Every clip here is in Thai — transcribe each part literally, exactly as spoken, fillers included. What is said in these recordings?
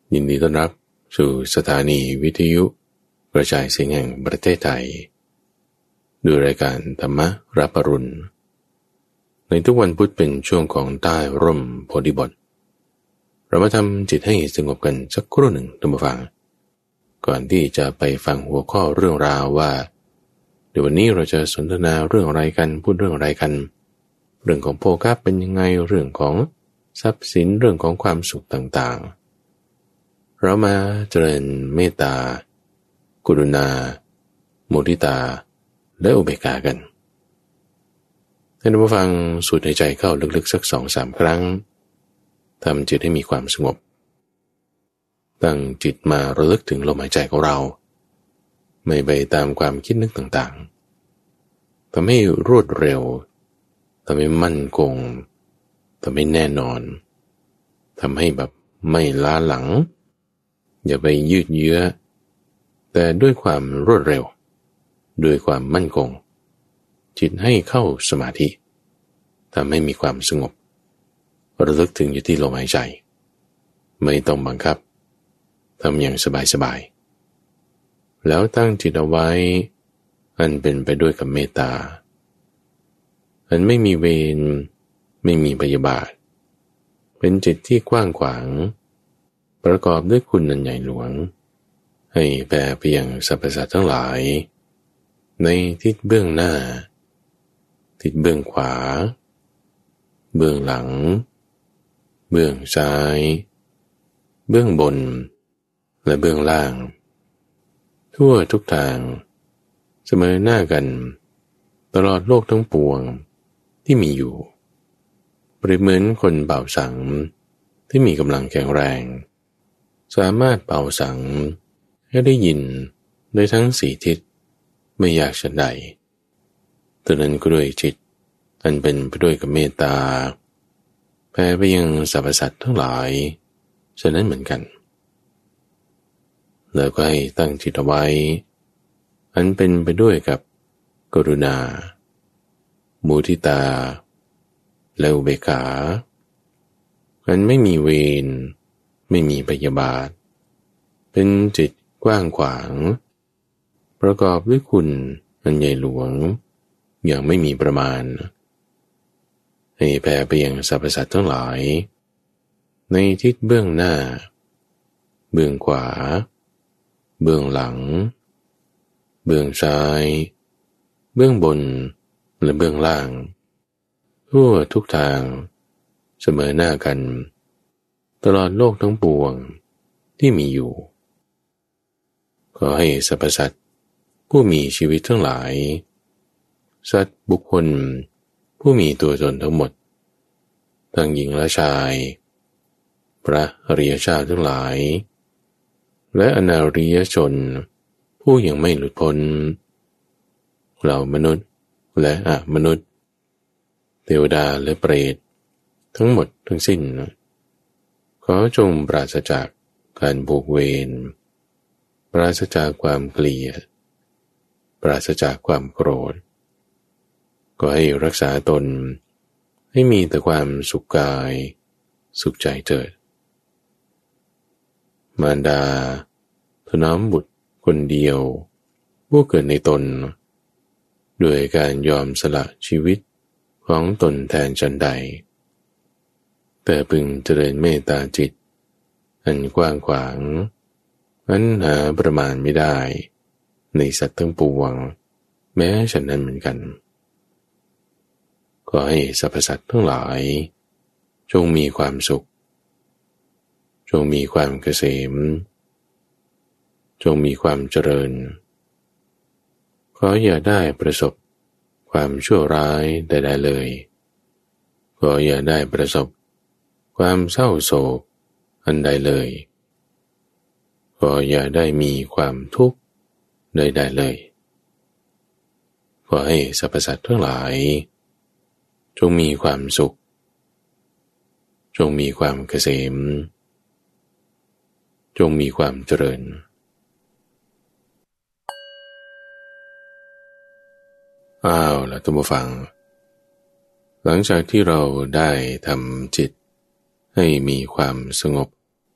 ยินดีต้อนรับสู่สถานีวิทยุกระจายเสียงแห่งประเทศไทยด้วยรายการธรรมรับอรุณในทุกวันพุธเป็นช่วงของใต้ร่มโพธิบทเรามาทำจิตให้สงบกันสักครู่หนึ่งท่านผู้ฟังก่อนที่จะไปฟังหัวข้อเรื่องราวว่าเดี๋ยววันนี้เราจะสนทนาเรื่องอะไรกันพูดเรื่องอะไรกันเรื่องของโภคะเป็นยังไงเรื่องของทรัพย์สินเรื่องของความสุขต่างๆเรามาเจริญเมตตากรุณามุทิตาและอุเบกขากันท่านผู้ฟังสูดหายใจเข้าลึกๆสักสองสามครั้งทำจิตให้มีความสงบตั้งจิตมาระลึกถึงลมหายใจของเราไม่ไปตามความคิดนึกต่างๆทำให้รวดเร็วทำให้มั่นคงทำให้แน่นอนทำให้แบบไม่ล้าหลังอย่าไปยืดเยื้อแต่ด้วยความรวดเร็วด้วยความมั่นคงจิตให้เข้าสมาธิทำให้มีความสงบระลึกถึงอยู่ที่ลมหายใจไม่ต้องบังคับทำอย่างสบายๆแล้วตั้งจิตเอาไว้อันเป็นไปด้วยกับเมตตาอันไม่มีเวรไม่มีพยาบาทเป็นจิตที่กว้างขวางประกอบด้วยคุณอันใหญ่หลวงให้แผ่ไปยังสรรพสัตว์ทั้งหลายในทิศเบื้องหน้าทิศเบื้องขวาเบื้องหลังเบื้องซ้ายเบื้องบนและเบื้องล่างทั่วทุกทางเสมอหน้ากันตลอดโลกทั้งปวงที่มีอยู่เปรียบเหมือนคนเป่าสังที่มีกำลังแข็งแรงสามารถเป่าสังให้ได้ยินโดยทั้งสี่ทิศไม่ยากฉันใดตอนนั้นก็ด้วยจิตอันเป็นไปด้วยกับเมตตาแผ่ไปยังสรรพสัตว์ทั้งหลายฉะนั้นเหมือนกันแล้วก็ให้ตั้งจิตเอาไว้อันเป็นไปด้วยกับกรุณามุทิตาและอุเบกขาอันไม่มีเวรไม่มีพยาบาทเป็นจิตกว้างขวางประกอบด้วยคุณอันใหญ่หลวงอย่างไม่มีประมาณให้แผ่ไปยังสรรพสัตว์ทั้งหลายในทิศเบื้องหน้าเบื้องขวาเบื้องหลังเบื้องซ้ายเบื้องบนและเบื้องล่างทั่วทุกทางเสมอหน้ากันตลอดโลกทั้งปวงที่มีอยู่ขอให้สรรพสัตว์ผู้มีชีวิตทั้งหลายสัตว์บุคคลผู้มีตัวตนทั้งหมดทั้งหญิงและชายพระอริยเจ้าทั้งหลายและอนาริยชนผู้ยังไม่หลุดพ้นเหล่ามนุษย์และอมนุษย์เทวดาและเปรตทั้งหมดทั้งสิ้นขอจงปราศจากการผูกเวรปราศจากความเกลียดปราศจากความโกรธก็ให้รักษาตนให้มีแต่ความสุขกายสุขใจเถิดมารดาถนอมบุตรคนเดียวผู้เกิดในตนด้วยการยอมสละชีวิตของตนแทนฉันใดแต่พึงเจริญเมตตาจิตอันกว้างขวางอันหาประมาณไม่ได้ในสัตว์ทั้งปวงแม้ฉันนั้นเหมือนกันขอให้สรรพสัตว์ทั้งหลายจงมีความสุขจงมีความเกษมจงมีความเจริญขออย่าได้ประสบความชั่วร้ายใดๆเลยขออย่าได้ประสบความเศร้าโศกอันใดเลยขออย่าได้มีความทุกข์ใดๆเลยขอให้สรรพสัตว์ทั้งหลายจงมีความสุขจงมีความเกษมจงมีความเจริญอ้าวล่ะท่านผู้ฟังหลังจากที่เราได้ทำจิตให้มีความสงบ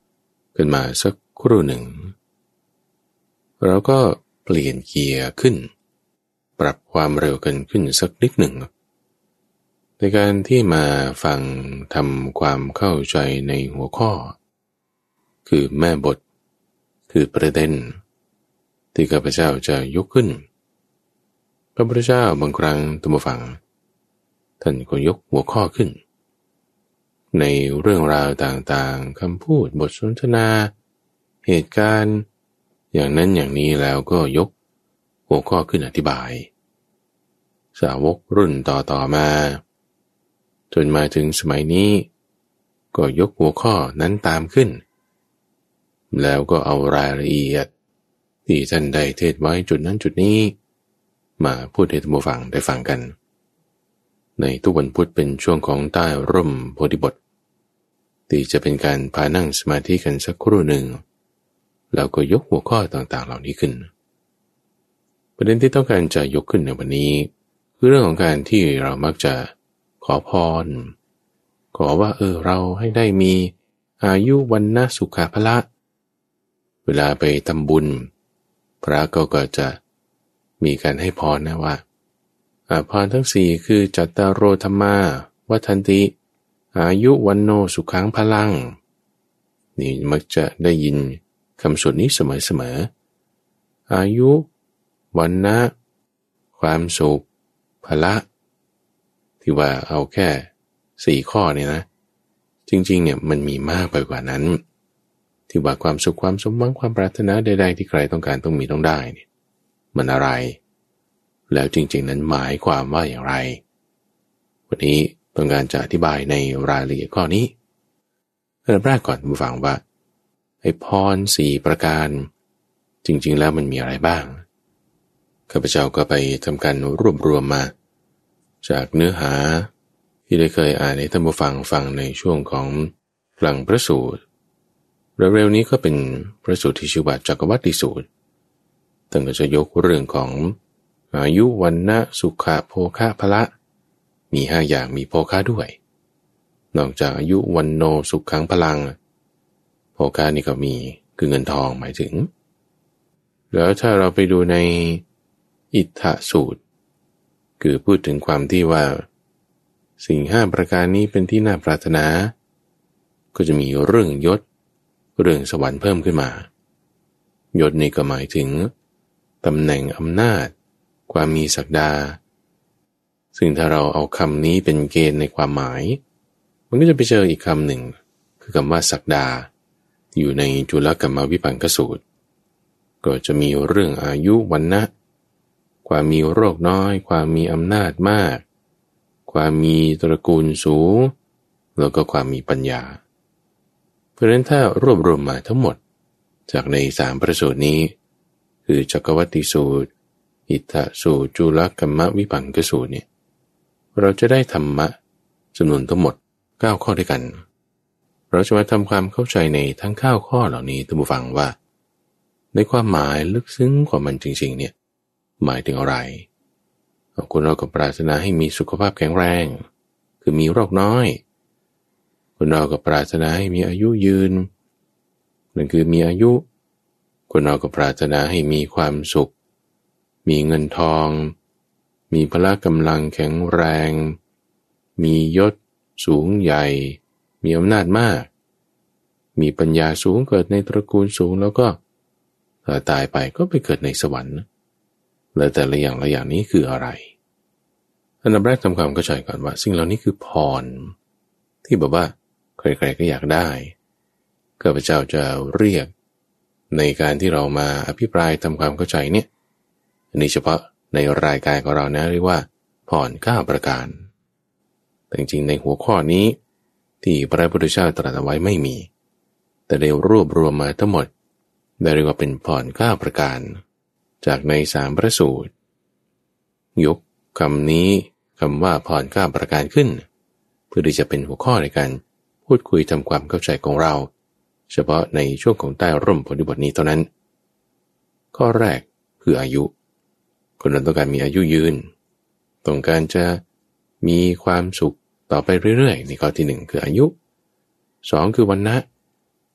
ขึ้นมาสักครู่หนึ่งเราก็เปลี่ยนเกียร์ขึ้นปรับความเร็วกันขึ้นสักนิดหนึ่งในการที่มาฟังทำความเข้าใจในหัวข้อคือแม่บทคือประเด็นที่ข้าพเจ้าจะยกขึ้นพระพุทธเจ้าบางครั้งตัมฟังท่านก็ยกหัวข้อขึ้นในเรื่องราวต่างๆคำพูดบทสนทนาเหตุการณ์อย่างนั้นอย่างนี้แล้วก็ยกหัวข้อขึ้นอธิบายสาวกรุ่นต่อๆมาจนมาถึงสมัยนี้ก็ยกหัวข้อนั้นตามขึ้นแล้วก็เอารายละเอียดที่ท่านได้เทศไว้จุดนั้นจุดนี้มาพูดให้ท่านผู้ฟังได้ฟังกันในทุกวันพุธเป็นช่วงของใต้ร่มโพธิบทที่จะเป็นการพานั่งสมาธิกันสักครู่หนึ่งแล้วก็ยกหัวข้อต่างๆเหล่านี้ขึ้นประเด็นที่ต้องการจะยกขึ้นในวันนี้คือเรื่องของการที่เรามักจะขอพรขอว่าเออเราให้ได้มีอายุวันนะสุขภละเวลาไปทำบุญพระก็ก็จะมีการให้พรนะว่าพรทั้งสี่คือจัตตารโอธรรมาวัฏันติอายุวันโนสุขังพลังนี่มักจะได้ยินคำสวดนี้เสมอๆอายุวันนะความสุขพละที่ว่าเอาแค่สี่ข้อเนี่ยนะจริงๆเนี่ยมันมีมากไปกว่านั้นที่ว่าความสุขความสมหวังความปรารถนาใดๆที่ใครต้องการต้องมีต้องได้เนี่ยมันอะไรแล้วจริงๆนั้นหมายความว่าอย่างไรวันนี้ต้องการจะอธิบายในรายละเอียดข้อนี้เริ่มแรกก่อนผู้ฟังว่าไอ้พรสี่ประการจริงๆแล้วมันมีอะไรบ้างข้าพเจ้าก็ไปทำการรวบรวมมาจากเนื้อหาที่ได้เคยอ่านให้ท่านผู้ฟังฟังในช่วงของกลางพระสูตรเร็วๆนี้ก็เป็นพระสูตรที่ชื่อว่าจักรวัฏติสูตรท่านก็จะยกเรื่องของอายุวันนะสุขะโภคะพละมีห้าอย่างมีโภคะด้วยนอกจากอายุวันโนสุขังพลังโภคะนี่ก็มีคือเงินทองหมายถึงแล้วถ้าเราไปดูในอิทธสูตรคือพูดถึงความที่ว่าสิ่งห้าประการนี้เป็นที่น่าปรารถนาก็จะมีเรื่องยศเรื่องสวรรค์เพิ่มขึ้นมายศนี่ก็หมายถึงตำแหน่งอำนาจความมีศักดาซึ่งถ้าเราเอาคำนี้เป็นเกณฑ์ในความหมายมันก็จะไปเจออีกคำหนึ่งคือคำว่าศักดาอยู่ในจุลกัมมวิภังคสูตรก็จะมีเรื่องอายุวันนะความมีโรคน้อยความมีอำนาจมากความมีตระกูลสูงแล้วก็ความมีปัญญาเพราะฉะนั้นถ้ารวบรวมมาทั้งหมดจากในสามพระสูตรนี้คือจักรวัฏติสูตรอิทธสูตรจุลกัมมวิภังคสูตรเนี่ยเราจะได้ธรรมะจำนวนทั้งหมดเก้าข้อด้วยกันเราจะมาทำความเข้าใจในทั้งเก้าข้อเหล่านี้ท่านผู้ฟังว่าในความหมายลึกซึ้งกว่ามันจริงๆเนี่ยหมายถึงอะไรคนเราก็ปรารถนาให้มีสุขภาพแข็งแรงคือมีโรคน้อยคนเราก็ปรารถนาให้มีอายุยืนนั่นคือมีอายุคนเราก็ปรารถนาให้มีความสุขมีเงินทองมีพละกำลังแข็งแรงมียศสูงใหญ่มีอำนาจมากมีปัญญาสูงเกิดในตระกูลสูงแล้วก็ตายไปก็ไปเกิดในสวรรค์แล้วแต่ละอย่างละอย่างนี้คืออะไรอันดับแรกทำความเข้าใจก่อนว่าสิ่งเหล่านี้คือพรที่แบบว่าใครๆก็อยากได้ข้าพเจ้าจะเรียกในการที่เรามาอภิปรายทำความเข้าใจเนี่ยอันนี้เฉพาะในรายการของเรานะเรียกว่าพรเก้าประการแต่จริงๆในหัวข้อนี้ที่พระพุทธเจ้าตรัสไว้ไม่มีแต่ได้รวบรวมมาทั้งหมดได้เรียกว่าเป็นพรเก้าประการจากในสามพระสูตรยกคำนี้คำว่าพรเก้าประการขึ้นเพื่อที่จะเป็นหัวข้อในการพูดคุยทำความเข้าใจของเราเฉพาะในช่วงของใต้ร่มโพธิบทนี้เท่านั้นข้อแรกคืออายุคนเราต้องการมีอายุยืนต้องการจะมีความสุขต่อไปเรื่อยๆนี่ข้อที่หนึ่งคืออายุสองคือวรรณะ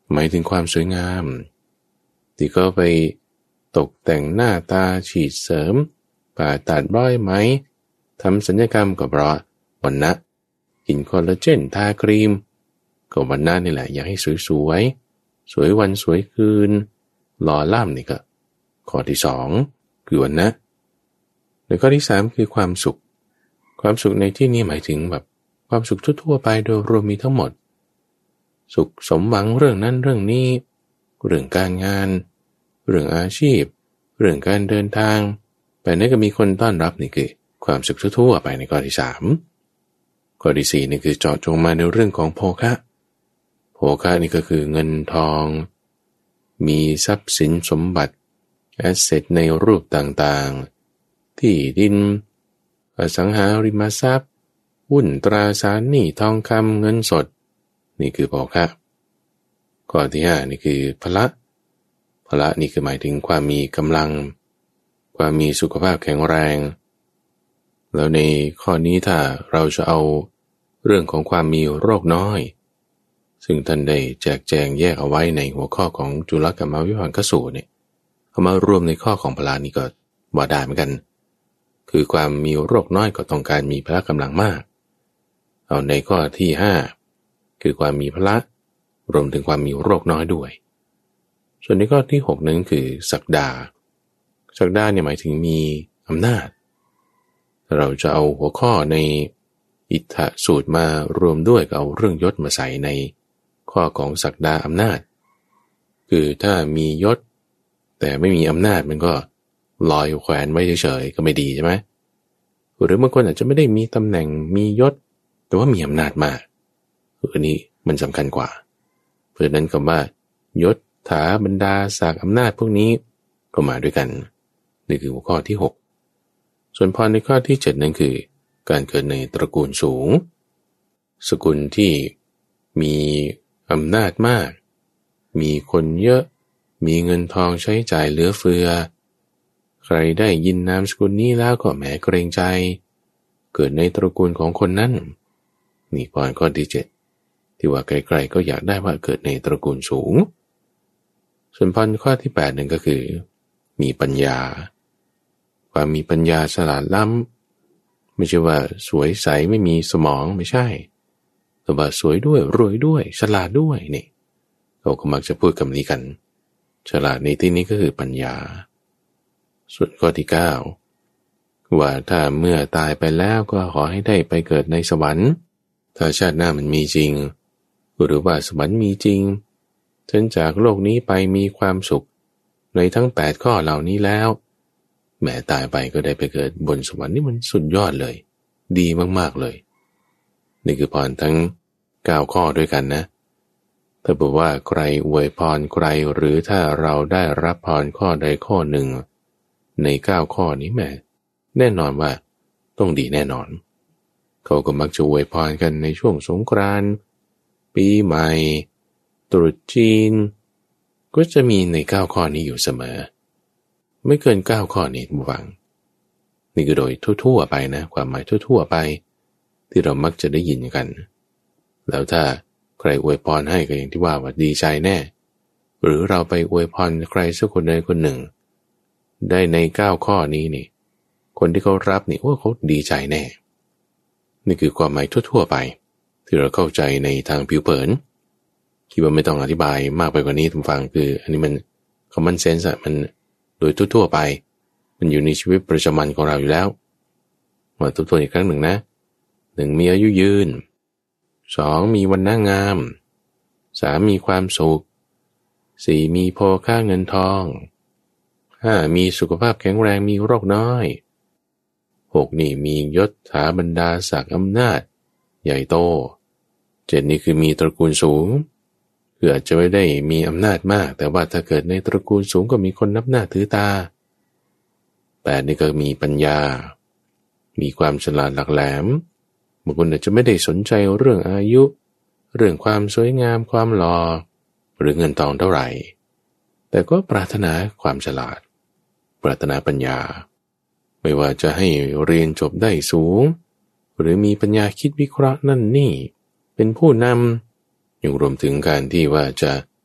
หมายถึงความสวยงามที่ก็ไปตกแต่งหน้าตาฉีดเสริมผ่าตัดร้อยไหมทำศัลยกรรมก็เพราะวันนะกินคอลลาเจนทาครีมก็วันนะนี่แหละอยากให้สวยๆสวยวันสวยคืนหล่อล่ำนี่ก็ข้อที่สองคือวันนะแล้วข้อที่สามคือความสุขความสุขในที่นี้หมายถึงแบบความสุขทั่วๆไปโดยรวมมีทั้งหมดสุขสมหวังเรื่องนั้นเรื่องนี้เรื่องการงานเรื่องอาชีพเรื่องการเดินทางแต่นั้นก็มีคนต้อนรับนี่คือความสุขทั่วๆไปในข้อที่สามข้อที่สี่นี่คือเจาะจงมาในเรื่องของโภคะโภคะนี่ก็คือเงินทองมีทรัพย์สินสมบัติแอสเซทในรูปต่างๆที่ดินอสังหาริมทรัพย์หุ้นตราสารหนี้ทองคำเงินสดนี่คือโภคะข้อที่ห้านี่คือพละพละนี่คือหมายถึงความมีกำลังความมีสุขภาพแข็งแรงแล้วในข้อนี้ถ้าเราจะเอาเรื่องของความมีโรคน้อยซึ่งท่านได้แจกแจงแยกเอาไว้ในหัวข้อของจุลกัมมวิภังคสูตรเนี่ยเอามารวมในข้อของพละนี่ก็ว่าได้เหมือนกันคือความมีโรคน้อยก็ต้องการมีพละกำลังมากเอาในข้อที่ห้าคือความมีพละรวมถึงความมีโรคน้อยด้วยส่วนในข้อที่หกนั้นคือศักดาศักดาเนี่ยหมายถึงมีอำนาจเราจะเอาหัวข้อในอิทธสูตรมารวมด้วยกับเอาเรื่องยศมาใส่ในข้อของศักดาอำนาจคือถ้ามียศแต่ไม่มีอำนาจมันก็ลอยแขวนไว้เฉยๆก็ไม่ดีใช่ไหมหรือบางคนอาจจะไม่ได้มีตำแหน่งมียศแต่ว่ามีอำนาจมากอันนี้มันสำคัญกว่าเพราะฉะนั้นคำว่ายศถาบรรดาศักดิ์อำนาจพวกนี้ก็มาด้วยกันนี่คือหัวข้อที่หกส่วนพรในข้อที่เจ็ดนั้นคือการเกิดในตระกูลสูงสกุลที่มีอำนาจมากมีคนเยอะมีเงินทองใช้จ่ายเหลือเฟือใครได้ยินนามสกุลนี้แล้วก็แหมเกรงใจเกิดในตระกูลของคนนั้นนี่พรข้อที่เจ็ดที่ว่าใครๆก็อยากได้ว่าเกิดในตระกูลสูงส่วนพรข้อที่แปดนึงก็คือมีปัญญาความมีปัญญาฉลาดล้ำไม่ใช่ว่าสวยใสไม่มีสมองไม่ใช่แต่ว่าสวยด้วยรวยด้วยฉลาดด้วยนี่เราก็มักจะพูดคำนี้กันฉลาดในที่นี้ก็คือปัญญาส่วนข้อที่เก้าว่าถ้าเมื่อตายไปแล้วก็ขอให้ได้ไปเกิดในสวรรค์ถ้าชาติหน้ามันมีจริงหรือว่าสวรรค์มีจริงฉันจากโลกนี้ไปมีความสุขในทั้งแปดข้อเหล่านี้แล้วแม้ตายไปก็ได้ไปเกิดบนสวรรค์นี่มันสุดยอดเลยดีมากๆเลยนี่คือพรทั้งเก้าข้อด้วยกันนะถ้าบอกว่าใครอวยพรใครหรือถ้าเราได้รับพรข้อใดข้อหนึ่งในเก้าข้อนี้แม่แน่นอนว่าต้องดีแน่นอนเขาก็มักจะอวยพรกันในช่วงสงกรานต์ปีใหม่ตรุษจีนก็จะมีในเก้าข้อนี้อยู่เสมอไม่เกินเก้าข้อนี้บุฟังนี่คือโดยทั่วๆไปนะความหมายทั่วๆไปที่เรามักจะได้ยินกันแล้วถ้าใครอวยพรให้ก็อย่างที่ว่าว่าดีใจแน่หรือเราไปอวยพรใครสักคนใดคนหนึ่งได้ในเก้าข้อนี้นี่คนที่เขารับนี่โอ้เขาดีใจแน่นี่คือความหมายทั่วๆไปที่เราเข้าใจในทางผิวเผินคิดว่าไม่ต้องอธิบายมากไปกว่านี้ทุกฟังคืออันนี้มัน common sense อะมันโดยทั่วๆไปมันอยู่ในชีวิตประจำวันของเราอยู่แล้วมาทบทวนอีกครั้งหนึ่งนะหนึ่งมีอายุยืนสองมีวรรณะงามสามมีความสุขสี่มีโภคเงินทองห้ามีสุขภาพแข็งแรงมีโรคน้อยหกนี่มียศถาบรรดาศักดิ์อำนาจใหญ่โตเจ็ดนี่คือมีตระกูลสูงคืออาจจะไม่ได้มีอำนาจมากแต่ว่าถ้าเกิดในตระกูลสูงก็มีคนนับหน้าถือตาแปดนี่ก็มีปัญญามีความฉลาดหลักแหลมบางคนอาจจะไม่ได้สนใจเรื่องอายุเรื่องความสวยงามความหล่อหรือเงินทองเท่าไหร่แต่ก็ปรารถนาความฉลาดปรารถนาปัญญาไม่ว่าจะให้เรียนจบได้สูงหรือมีปัญญาคิดวิเคราะห์นั่นนี่เป็นผู้นำยังรวมถึงการที่ว่าจะ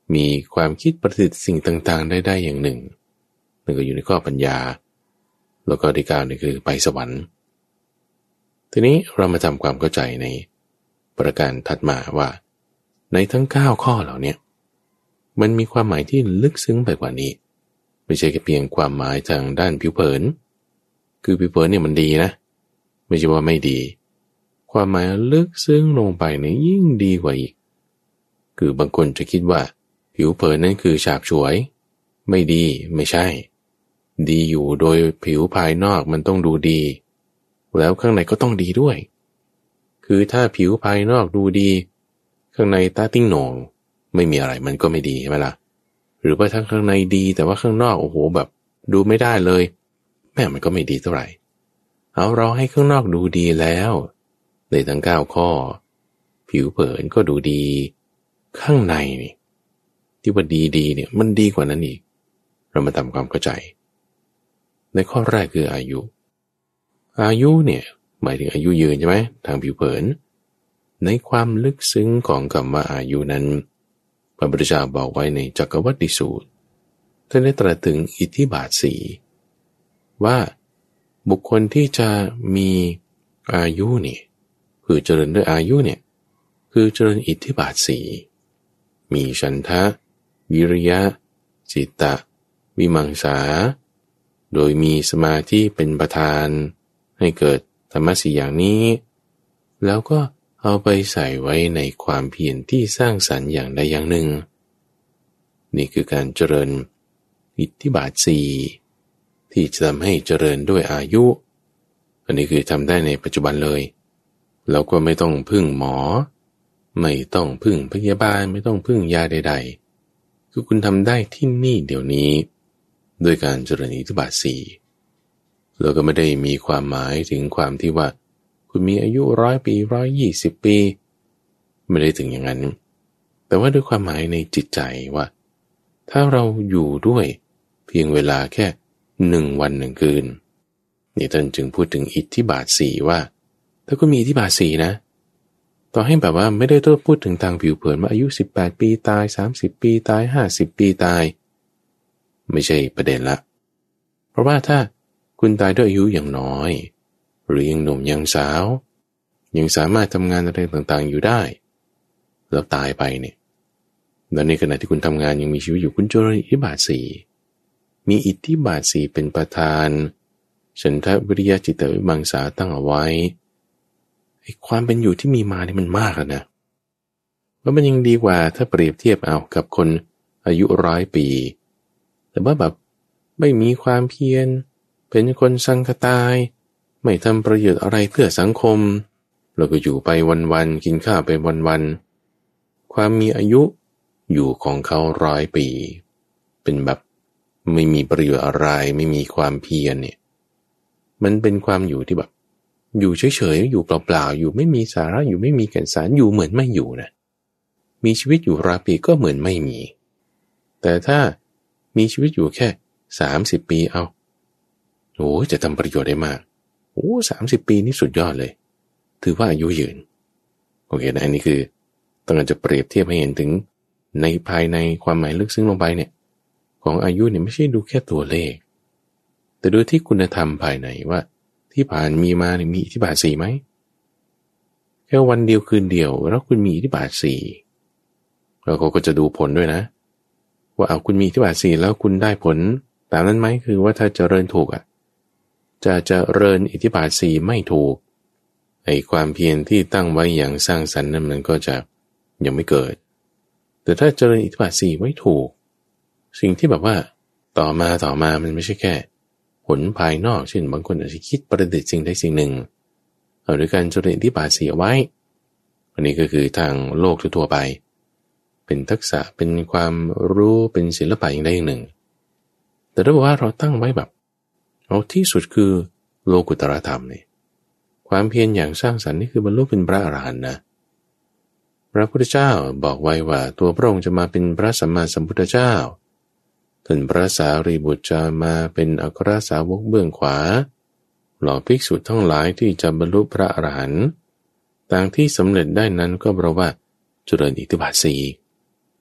มีความคิดประดิษฐ์สิ่งต่างๆได้ได้อย่างหนึ่งนั่นก็อยู่ในข้อปัญญาแล้วก็ที่เก้านี่คือไปสวรรค์ทีนี้เรามาทำความเข้าใจในประการถัดมาว่าในทั้งเก้าข้อเหล่านี้มันมีความหมายที่ลึกซึ้งไปกว่านี้ไม่ใช่แค่เพียงความหมายทางด้านผิวเผินคือผิวเผินเนี่ยมันดีนะไม่ใช่ว่าไม่ดีความหมายลึกซึ้งลงไปเนี่ยยิ่งดีกว่าอีกคือบางคนจะคิดว่าผิวเผินนั้นคือฉาบฉวยไม่ดีไม่ใช่ดีอยู่โดยผิวภายนอกมันต้องดูดีแล้วข้างในก็ต้องดีด้วยคือถ้าผิวภายนอกดูดีข้างในตาติ้งโหน่งไม่มีอะไรมันก็ไม่ดีใช่ไหมล่ะหรือว่าทั้งข้างในดีแต่ว่าข้างนอกโอ้โหแบบดูไม่ได้เลยแม่มันก็ไม่ดีเท่าไหร่เอาเราให้ข้างนอกดูดีแล้วในทั้งเก้าข้อผิวเผินก็ดูดีข้างในนี่ที่ว่าดีๆเนี่ยมันดีกว่านั้นอีกเรามาทำความเข้าใจในข้อแรกคืออายุอายุเนี่ยหมายถึงอายุยืนใช่ไหมทางผิวเผินในความลึกซึ้งของคำว่าอายุนั้นพระพุทธเจ้าบอกไว้ในจักรวัตติสูตรท่านได้ตรัสถึงอิทธิบาทสี่ว่าบุคคลที่จะมีอายุนี่คือเจริญด้วยอายุเนี่ยคือเจริญอิทธิบาทสี่มีฉันทะวิริยะจิตตะวิมังสาโดยมีสมาธิเป็นประธานให้เกิดธรรมะสี่อย่างนี้แล้วก็เอาไปใส่ไว้ในความเพียรที่สร้างสรรค์อย่างใดอย่างหนึ่งนี่คือการเจริญอิทธิบาทสี่ที่จะทำให้เจริญด้วยอายุอันนี้คือทำได้ในปัจจุบันเลยแล้วก็ไม่ต้องพึ่งหมอไม่ต้องพึ่งพยาบาลไม่ต้องพึ่งยาใดๆคือคุณทำได้ที่นี่เดี๋ยวนี้โดยการเจริญอิทธิบาทสี่แล้วก็ไม่ได้มีความหมายถึงความที่ว่าคุณมีอายุร้อยปีร้อยยี่สิบปีไม่ได้ถึงอย่างนั้นแต่ว่าด้วยความหมายในจิตใจว่าถ้าเราอยู่ด้วยเพียงเวลาแค่หนึ่งวันหนึ่งคืนนี่ท่านจึงพูดถึงอิทธิบาทสี่ว่าถ้าคุณมีอิทธิบาทสี่นะต่อให้แบบว่าไม่ได้ต้องพูดถึงทางผิวเผินว่าอายุสิบแปดปีตายสามสิบปีตายห้าสิบปีตายไม่ใช่ประเด็นละเพราะว่าถ้าคุณตายด้วยอายุอย่างน้อยหรือยังหนุ่มยังสาวยังสามารถทำงานอะไรต่างๆอยู่ได้แล้วตายไปเนี่ยแล้วในขณะที่คุณทำงานยังมีชีวิตอยู่คุณเจริญอิทธิบาทสี่มีอิทธิบาทสี่เป็นประธานฉันทะวิริยะจิตตวิมังสาตั้งเอาไว้ไอ้ความเป็นอยู่ที่มีมาเนี่ยมันมากแล้วนะว่ามันยังดีกว่าถ้าเปรียบเทียบเอากับคนอายุร้อยปีแต่ว่าแบบไม่มีความเพียรเป็นคนสังคตายไม่ทำประโยชน์อะไรเพื่อสังคมเราก็อยู่ไปวันๆกินข้าวไปวันๆความมีอายุอยู่ของเขาร้อยปีเป็นแบบไม่มีประโยชน์อะไรไม่มีความเพียรเนี่ยมันเป็นความอยู่ที่แบบอยู่เฉยๆอยู่เปล่าๆอยู่ไม่มีสาระอยู่ไม่มีแก่นสารอยู่เหมือนไม่อยู่นะมีชีวิตอยู่ร้อยปีก็เหมือนไม่มีแต่ถ้ามีชีวิตอยู่แค่สามสิบปีเอาโอ้จะทำประโยชน์ได้มากโอ้สามสิบปีนี่สุดยอดเลยถือว่าอายุยืนโอเคนะอันนี้คือต้องการจะเปรียบเทียบให้เห็นถึงในภายในความหมายลึกซึ้งลงไปเนี่ยของอายุเนี่ยไม่ใช่ดูแค่ตัวเลขแต่ดูที่คุณธรรมภายในว่าที่ผ่านมีมาเนี่ยมีอิทธิบาทสี่ไหมแค่วันเดียวคืนเดียวแล้วคุณมีอิทธิบาทสี่แล้วเขาก็จะดูผลด้วยนะว่าเอาคุณมีอิทธิบาทสี่แล้วคุณได้ผลตามนั้นไหมคือว่าถ้าเจริญถูกอ่ะจะเจริญอิทธิบาทสี่ไม่ถูกไอ้ความเพียรที่ตั้งไว้อย่างสร้างสรรค์นั้นมันก็จะยังไม่เกิดแต่ถ้าเจริญอิทธิบาทสี่ไว้ถูกสิ่งที่แบบว่าต่อมาต่อมามันไม่ใช่แค่ผลภายนอกเช่นบางคนอาจจะคิดประดิษฐ์สิ่งใดสิ่งหนึ่งเอาด้วยการเจริญอิทธิบาทสี่ไว้อันนี้ก็คือทางโลกทั่วไปเป็นทักษะเป็นความรู้เป็นศิลปะอย่างใดอย่างหนึ่งแต่ถ้าบอกว่าเราตั้งไว้แบบเอาที่สุดคือโลกุตตรธรรมเนี่ยความเพียรอย่างสร้างสรรค์นี่คือบรรลุเป็นพระอรหันต์นะพระพุทธเจ้าบอกไว้ว่าตัวพระองค์จะมาเป็นพระสัมมาสัมพุทธเจ้าท่านพระสารีบุตรจะมาเป็นอัครสาวกเบื้องขวาเหล่าภิกษุทั้งหลายที่จะบรรลุพระอรหันต์ต่างที่สำเร็จได้นั้นก็เพราะว่าเจริญอิทธิบาทสี่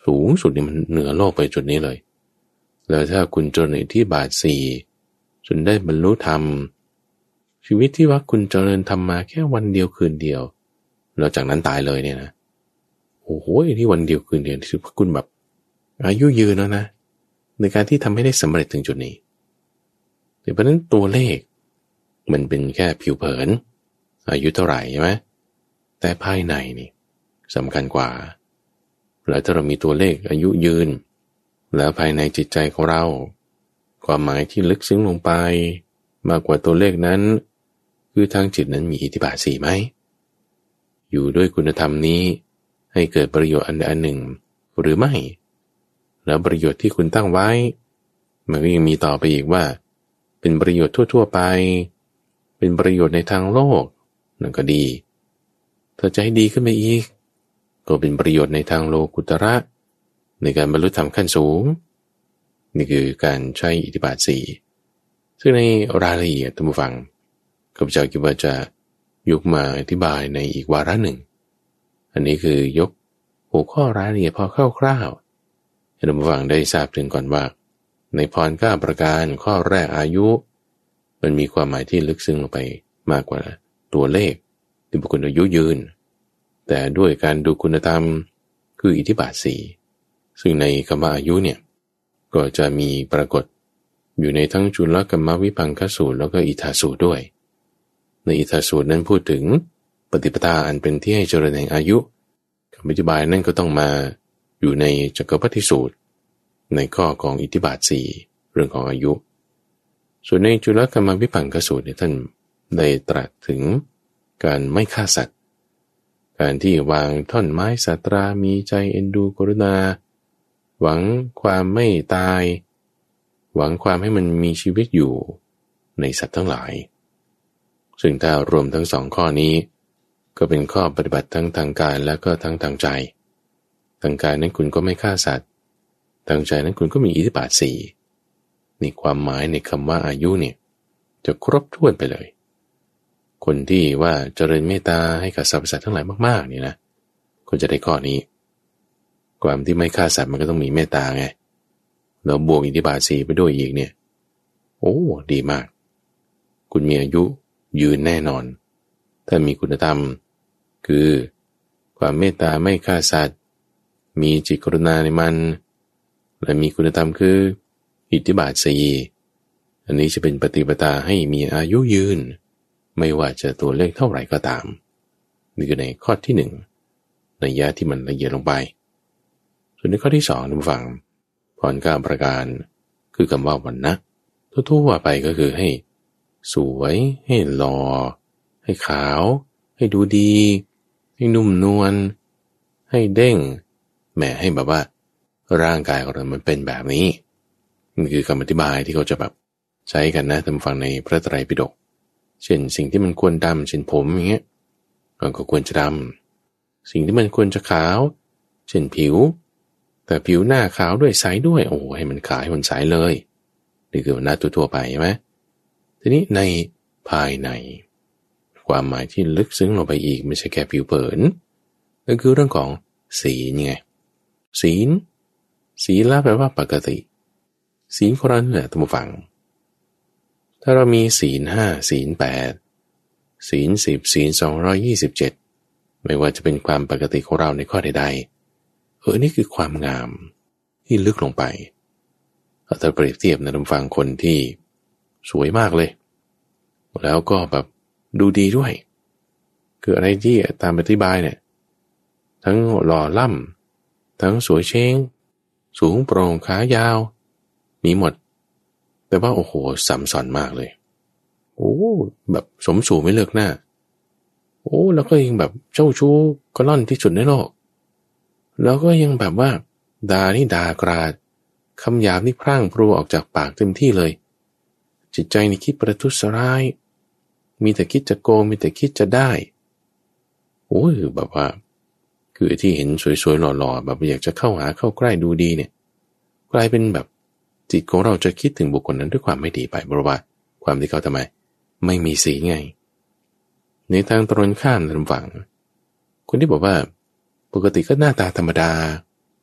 สูงสุดนี่มันเหนือโลกไปจุดนี้เลยแล้วถ้าคุณเจริญอิทธิบาทสี่จนได้บรรลุธรรมชีวิตที่ว่าคุณเจริญธรรมมาแค่วันเดียวคืนเดียวแล้วจากนั้นตายเลยเนี่ยนะโอ้โหที่วันเดียวคืนเดียวที่คุณแบบอายุยืนแล้วนะในการที่ทำให้ได้สำเร็จถึงจุดนี้แต่เพราะนั้นตัวเลขมันเป็นแค่ผิวเผินอายุเท่าไหร่ใช่ไหมแต่ภายในนี่สำคัญกว่าแล้วถ้าเรามีตัวเลขอายุยืนแล้วภายในจิตใจของเราความหมายที่ลึกซึ้งลงไปมากกว่าตัวเลขนั้นคือทางจิตนั้นมีอิทธิบาทสี่ไหมอยู่ด้วยคุณธรรมนี้ให้เกิดประโยชน์อันใดอันหนึ่งหรือไม่แล้วประโยชน์ที่คุณตั้งไว้มันก็ยังมีต่อไปอีกว่าเป็นประโยชน์ทั่วๆไปเป็นประโยชน์ในทางโลกนั่นก็ดีถ้าจะให้ดีขึ้นไปอีกก็เป็นประโยชน์ในทางโลกุตระในการบรรลุธรรมขั้นสูงนี่คือการใช้อิทธิบาทสี่ซึ่งในรายละเอียดท่านผู้ฟังข้าพเจ้าคิดว่าจะยกมาอธิบายในอีกวาระหนึ่งอันนี้คือยกหัวข้อรายละเอียดพอคร่าวๆให้ท่านผู้ฟังได้ทราบถึงก่อนว่าในพรเก้าประการข้อแรกอายุมันมีความหมายที่ลึกซึ้งลงไปมากกว่าตัวเลขที่บุคคลอายุยืนแต่ด้วยการดูคุณธรรมคืออิทธิบาทสี่ซึ่งในคำว่าอายุเนี่ยก็จะมีปรากฏอยู่ในทั้งจุลกัมมวิภังคสูตรแล้วก็อิทธาสูตรด้วยในอิทธาสูตรนั้นพูดถึงปฏิปทาอันเป็นที่ให้เจริญแห่งอายุคำอธิบายนั่นก็ต้องมาอยู่ในจักรพรรดิสูตรในข้อของอิทธิบาทสี่เรื่องของอายุส่วนในจุลกัมมวิภังคสูตรเนี่ยท่านได้ตรัสถึงการไม่ฆ่าสัตว์การที่วางท่อนไม้สัตรามีใจเอ็นดูกรุณาหวังความไม่ตายหวังความให้มันมีชีวิตอยู่ในสัตว์ทั้งหลายซึ่งถ้ารวมทั้งสองข้อนี้ก็เป็นข้อปฏิบัติทั้งทางกายและก็ทั้งทางใจทางกายนั้นคุณก็ไม่ฆ่าสัตว์ทางใจนั้นคุณก็มีอิทธิบาทสี่นี่ความหมายในคำว่าอายุเนี่ยจะครบถ้วนไปเลยคนที่ว่าเจริญเมตตาให้กับสรรพสัตว์ทั้งหลายมากๆนี่นะคนจะได้ข้อนี้ความที่ไม่ฆ่าสัตว์มันก็ต้องมีเมตตาไงเราบวกอิทธิบาทสี่ไปด้วยอีกเนี่ยโอ้ดีมากคุณมีอายุยืนแน่นอนถ้ามีคุณธรรมคือความเมตตาไม่ฆ่าสัตว์มีจิตกรุณาในมันและมีคุณธรรมคืออิทธิบาทสี่อันนี้จะเป็นปฏิปทาให้มีอายุยืนไม่ว่าจะตัวเลขเท่าไหร่ก็ตามนี่คือในข้อที่หนึ่งในยะที่มันละเอียดลงไปส่วนในข้อที่สองท่านผู้ฟังพรเก้าประการคือคำว่าวันนะทั่วๆไปก็คือให้สวยให้หล่อให้ขาวให้ดูดีให้นุ่มนวลให้เด้งแหมให้แบบว่าร่างกายของเรามันเป็นแบบนี้นี่คือคำอธิบายที่เขาจะแบบใช้กันนะท่านฟังในพระไตรปิฎกเช่นสิ่งที่มันควรดำเช่นผมอย่างเงี้ยก็ควรจะดำสิ่งที่มันควรจะขาวเช่นผิวแต่ผิวหน้าขาวด้วยใสด้วยโอ้ให้มันขาวให้มันใสเลยนี่คือหน้าทั่วๆไปใช่ไหมทีนี้ในภายในความหมายที่ลึกซึ้งลงไปอีกไม่ใช่แค่ผิวเผินนั่นคือเรื่องของศีลไงศีลศีลแปลว่าปกติศีลของเราเนี่ยท่านผู้ฟังถ้าเรามีศีลห้าศีลแปดศีลสิบศีลสองร้อยยี่สิบเจ็ดไม่ว่าจะเป็นความปกติของเราในข้อใดๆเออนี่คือความงามที่ลึกลงไปถ้าเปรียบเทียบนะท่านฟังคนที่สวยมากเลยแล้วก็แบบดูดีด้วยคืออะไรที่ตามอธิบายเนี่ยทั้งหล่อล่ำทั้งสวยเช้งสูงโปร่งขายาวมีหมดแต่ว่าโอ้โหสัมสอนมากเลยโอ้แบบสมสู่ไม่เลือกหน้าโอ้แล้วก็ยังแบบเจ้าชู้กระล่อนที่สุดในโลกแล้วก็ยังแบบว่าด่านี่ด่ากราดคำหยาบนี่พร่างพรูออกจากปากเต็มที่เลยจิตใจนี่คิดประทุษร้ายมีแต่คิดจะโกงมีแต่คิดจะได้โอ้ยแบบว่าคือที่เห็นสวยๆหล่อๆแบบอยากจะเข้าหาเข้าใกล้ดูดีเนี่ยกลายเป็นแบบจิตของเราจะคิดถึงบุคคลนั้นด้วยความไม่ดีไปเพราะว่าความที่เขาทำไมไม่มีศีลไงในทางตรงข้ามทางฝั่งคนที่บอกว่าปกติก็หน้าตาธรรมดา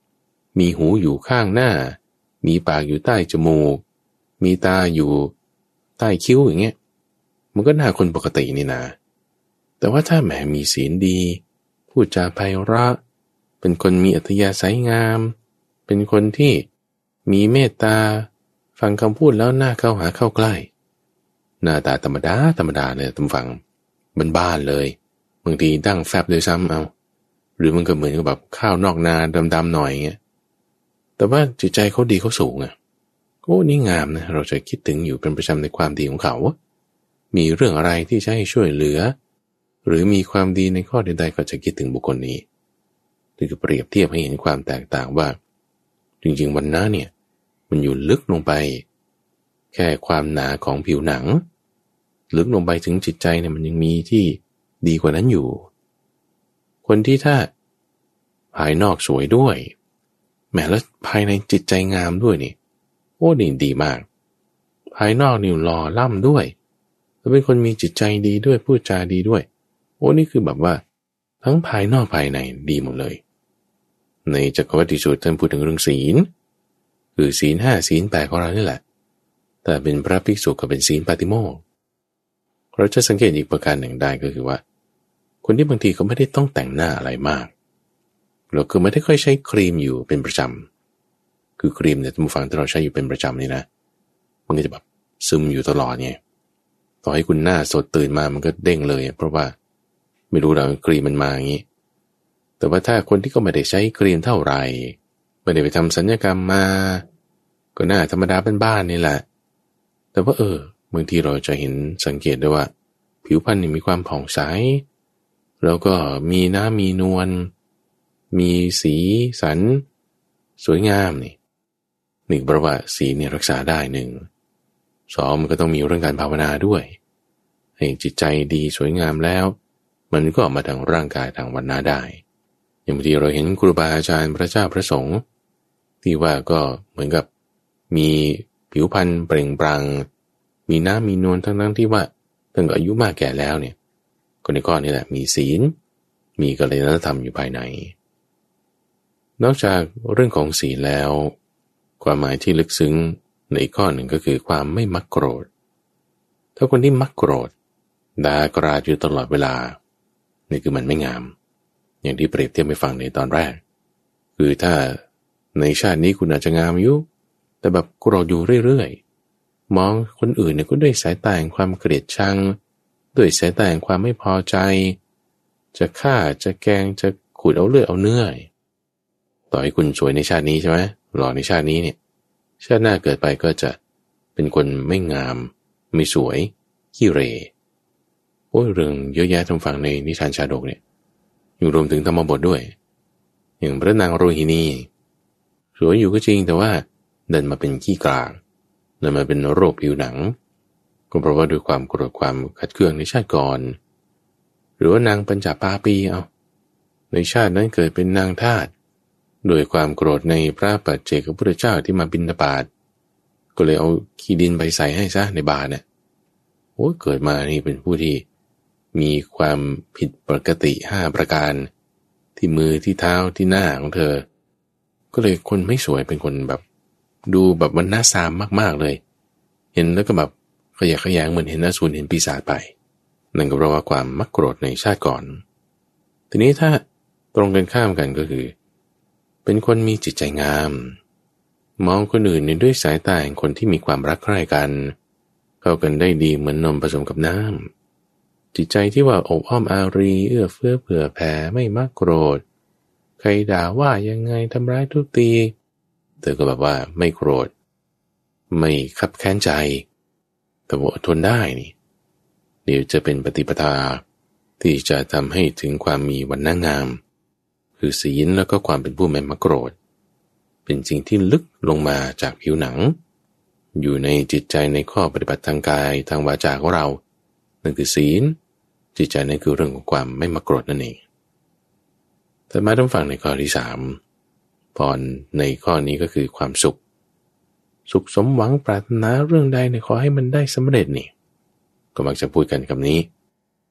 มีหูอยู่ข้างหน้ามีปากอยู่ใต้จมูกมีตาอยู่ใต้คิ้วอย่างเงี้ยมันก็น่าคนปกตินี่นะแต่ว่าถ้าแหมมีศีลดีพูดจาไพเราะเป็นคนมีอัธยาศัยงามเป็นคนที่มีเมตตาฟังคำพูดแล้วน่าเข้าหาเข้าใกล้หน้าตาธรรมดาธรรมดาเนี่ยตำฟังบ้านๆเลยบางทีดั้งแฟบเลยซ้ำเอาหรือมันก็เหมือนกับแบบข้าวนอกนาดำๆหน่อยเงี้ยแต่ว่าจิตใจเขาดีเขาสูงอ่ะโอ้นี่งามนะเราจะคิดถึงอยู่เป็นประจำในความดีของเขามีเรื่องอะไรที่จะให้ช่วยเหลือหรือมีความดีในข้อใดๆก็จะคิดถึงบุคคลนี้นี่คือเปรียบเทียบให้เห็นความแตกต่างว่าจริงๆวันนั้นเนี่ยมันอยู่ลึกลงไปแค่ความหนาของผิวหนังลึกลงไปถึงจิตใจเนี่ยมันยังมีที่ดีกว่านั้นอยู่คนที่ถ้าภายนอกสวยด้วยแม้แล้วภายในจิตใจงามด้วยนี่โอ้นี่ดีมากภายนอกนี่หล่อล่ำด้วยแล้วเป็นคนมีจิตใจดีด้วยพูดจาดีด้วยโอ้นี่คือแบบว่าทั้งภายนอกภายในดีหมดเลยในจักรวัติสูตรท่านพูดถึงเรื่องศีลคือศีลห้าศีลแปดของเรานี่แหละแต่เป็นพระภิกษุก็เป็นศีลปาติโมกข์เราจะสังเกตอีกประการหนึ่งได้ก็คือว่าคนที่บางทีเขาไม่ได้ต้องแต่งหน้าอะไรมากเราคือไม่ได้ค่อยใช้ครีมอยู่เป็นประจำคือครีมเนี่ยท่านผู้ฟังที่เราใช้อยู่เป็นประจำนี่นะมันก็จะแบบซึมอยู่ตลอดไงต่อให้คุณหน้าสดตื่นมามันก็เด้งเลยเพราะว่าไม่รู้เราครีมมันมาอย่างนี้แต่ว่าถ้าคนที่ก็ไม่ได้ใช้ครีมเท่าไหร่ไม่ได้ไปทำศัลยกรรมมาก็หน้าธรรมดาเป็นบ้านนี่แหละแต่ว่าเออบางทีเราจะเห็นสังเกตได้ว่าผิวพรรณนี่มีความผ่องใสแล้วก็มีน้ำมีนวลมีสีสันสวยงามนี่หนึ่งเพราะว่าสีเนี่ยรักษาได้หนึ่งสองมันก็ต้องมีเรื่องการภาวนาด้วยให้จิตใจดีสวยงามแล้วมันก็ออกมาทางร่างกายทางวรรณะได้อย่างบางทีเราเห็นครูบาอาจารย์พระเจ้าพระสงฆ์ที่ว่าก็เหมือนกับมีผิวพรรณเปล่งปลั่งมีน้ำมีนวลทั้งนั้นที่ว่าตั้งแต่อายุมากแก่แล้วเนี่ยก็ในข้อนี้แหละมีศีลมีกัลยาณธรรมอยู่ภายในนอกจากเรื่องของศีลแล้วความหมายที่ลึกซึ้งในอีกข้อหนึ่งก็คือความไม่มักโกรธถ้าคนที่มักโกรธด่ากราดอยู่ตลอดเวลานี่คือมันไม่งามอย่างที่เปรียบเทียบไปฟังในตอนแรกคือถ้าในชาตินี้คุณอาจจะงามอยู่แต่แบบโกรธอยู่เรื่อยๆมองคนอื่นเนี่ยก็ด้วยสายตาแห่งความเกลียดชังด้วยสายตาแห่งความไม่พอใจจะฆ่าจะแกล้งจะขูดเอาเลือดเอาเนื้อต่อให้คุณสวยในชาตินี้ใช่ไหมหล่อในชาตินี้เนี่ยชาติหน้าเกิดไปก็จะเป็นคนไม่งามไม่สวยขี้เหร่โอ้ยเรื่องเยอะแยะทำฟังในนิทานชาดกเนี่ยอยู่รวมถึงธรรมบทด้วยอย่างพระนางโรหินีสวยอยู่ก็จริงแต่ว่าเดินมาเป็นขี้กลางเดินมาเป็นโรคผิวหนังก็เพราะว่าด้วยความโกรธความขัดเคืองในชาติก่อนหรือว่านางปัญจปาปีเอาในชาตินั้นเกิดเป็นนางทาสโดยความโกรธในพระปัจเจกพุทธเจ้าที่มาบิณฑบาตก็เลยเอาขี้ดินไปใส่ให้ซะในบาตรเนี่ยโอ้เกิดมานี่เป็นผู้ที่มีความผิดปกติห้าประการที่มือที่เท้าที่หน้าของเธอก็เลยคนไม่สวยเป็นคนแบบดูแบบมันน่าซามมากๆเลยเห็นแล้วก็แบบขยะแขยงเหมือนเห็นอสูรเห็นปีศาจไปนั่นก็เพราะว่าความมักโกรธในชาติก่อนทีนี้ถ้าตรงกันข้ามกันก็คือเป็นคนมีจิตใจงามมองคนอื่นด้วยสายตาแห่งคนที่มีความรักใคร่กันเข้ากันได้ดีเหมือนนมผสมกับน้ำจิตใจที่ว่าอบอ้อมอารีเอื้อเฟื้อเผื่อแผ่ไม่มักโกรธใครด่าว่ายังไงทำร้ายทุบตีเธอก็แบบว่าไม่โกรธไม่คับแค้นใจแต่ว่าอดทนได้นี่เดี๋ยวจะเป็นปฏิปทาที่จะทำให้ถึงความมีวรรณงามคือศีลแล้วก็ความเป็นผู้ไม่มักโกรธเป็นสิ่งที่ลึกลงมาจากผิวหนังอยู่ในจิตใจในข้อปฏิบัติทางกายทางวาจาของเรานั่นคือศีลจิตใจนั่นคือเรื่องของความไม่มักโกรธนั่นเองแต่มาต้องฟังในข้อที่สามพรในข้อนี้ก็คือความสุขสุขสมหวังปรารถนาเรื่องใดเนี่ยขอให้มันได้สำเร็จนี่ก็มักจะพูดกันคำนี้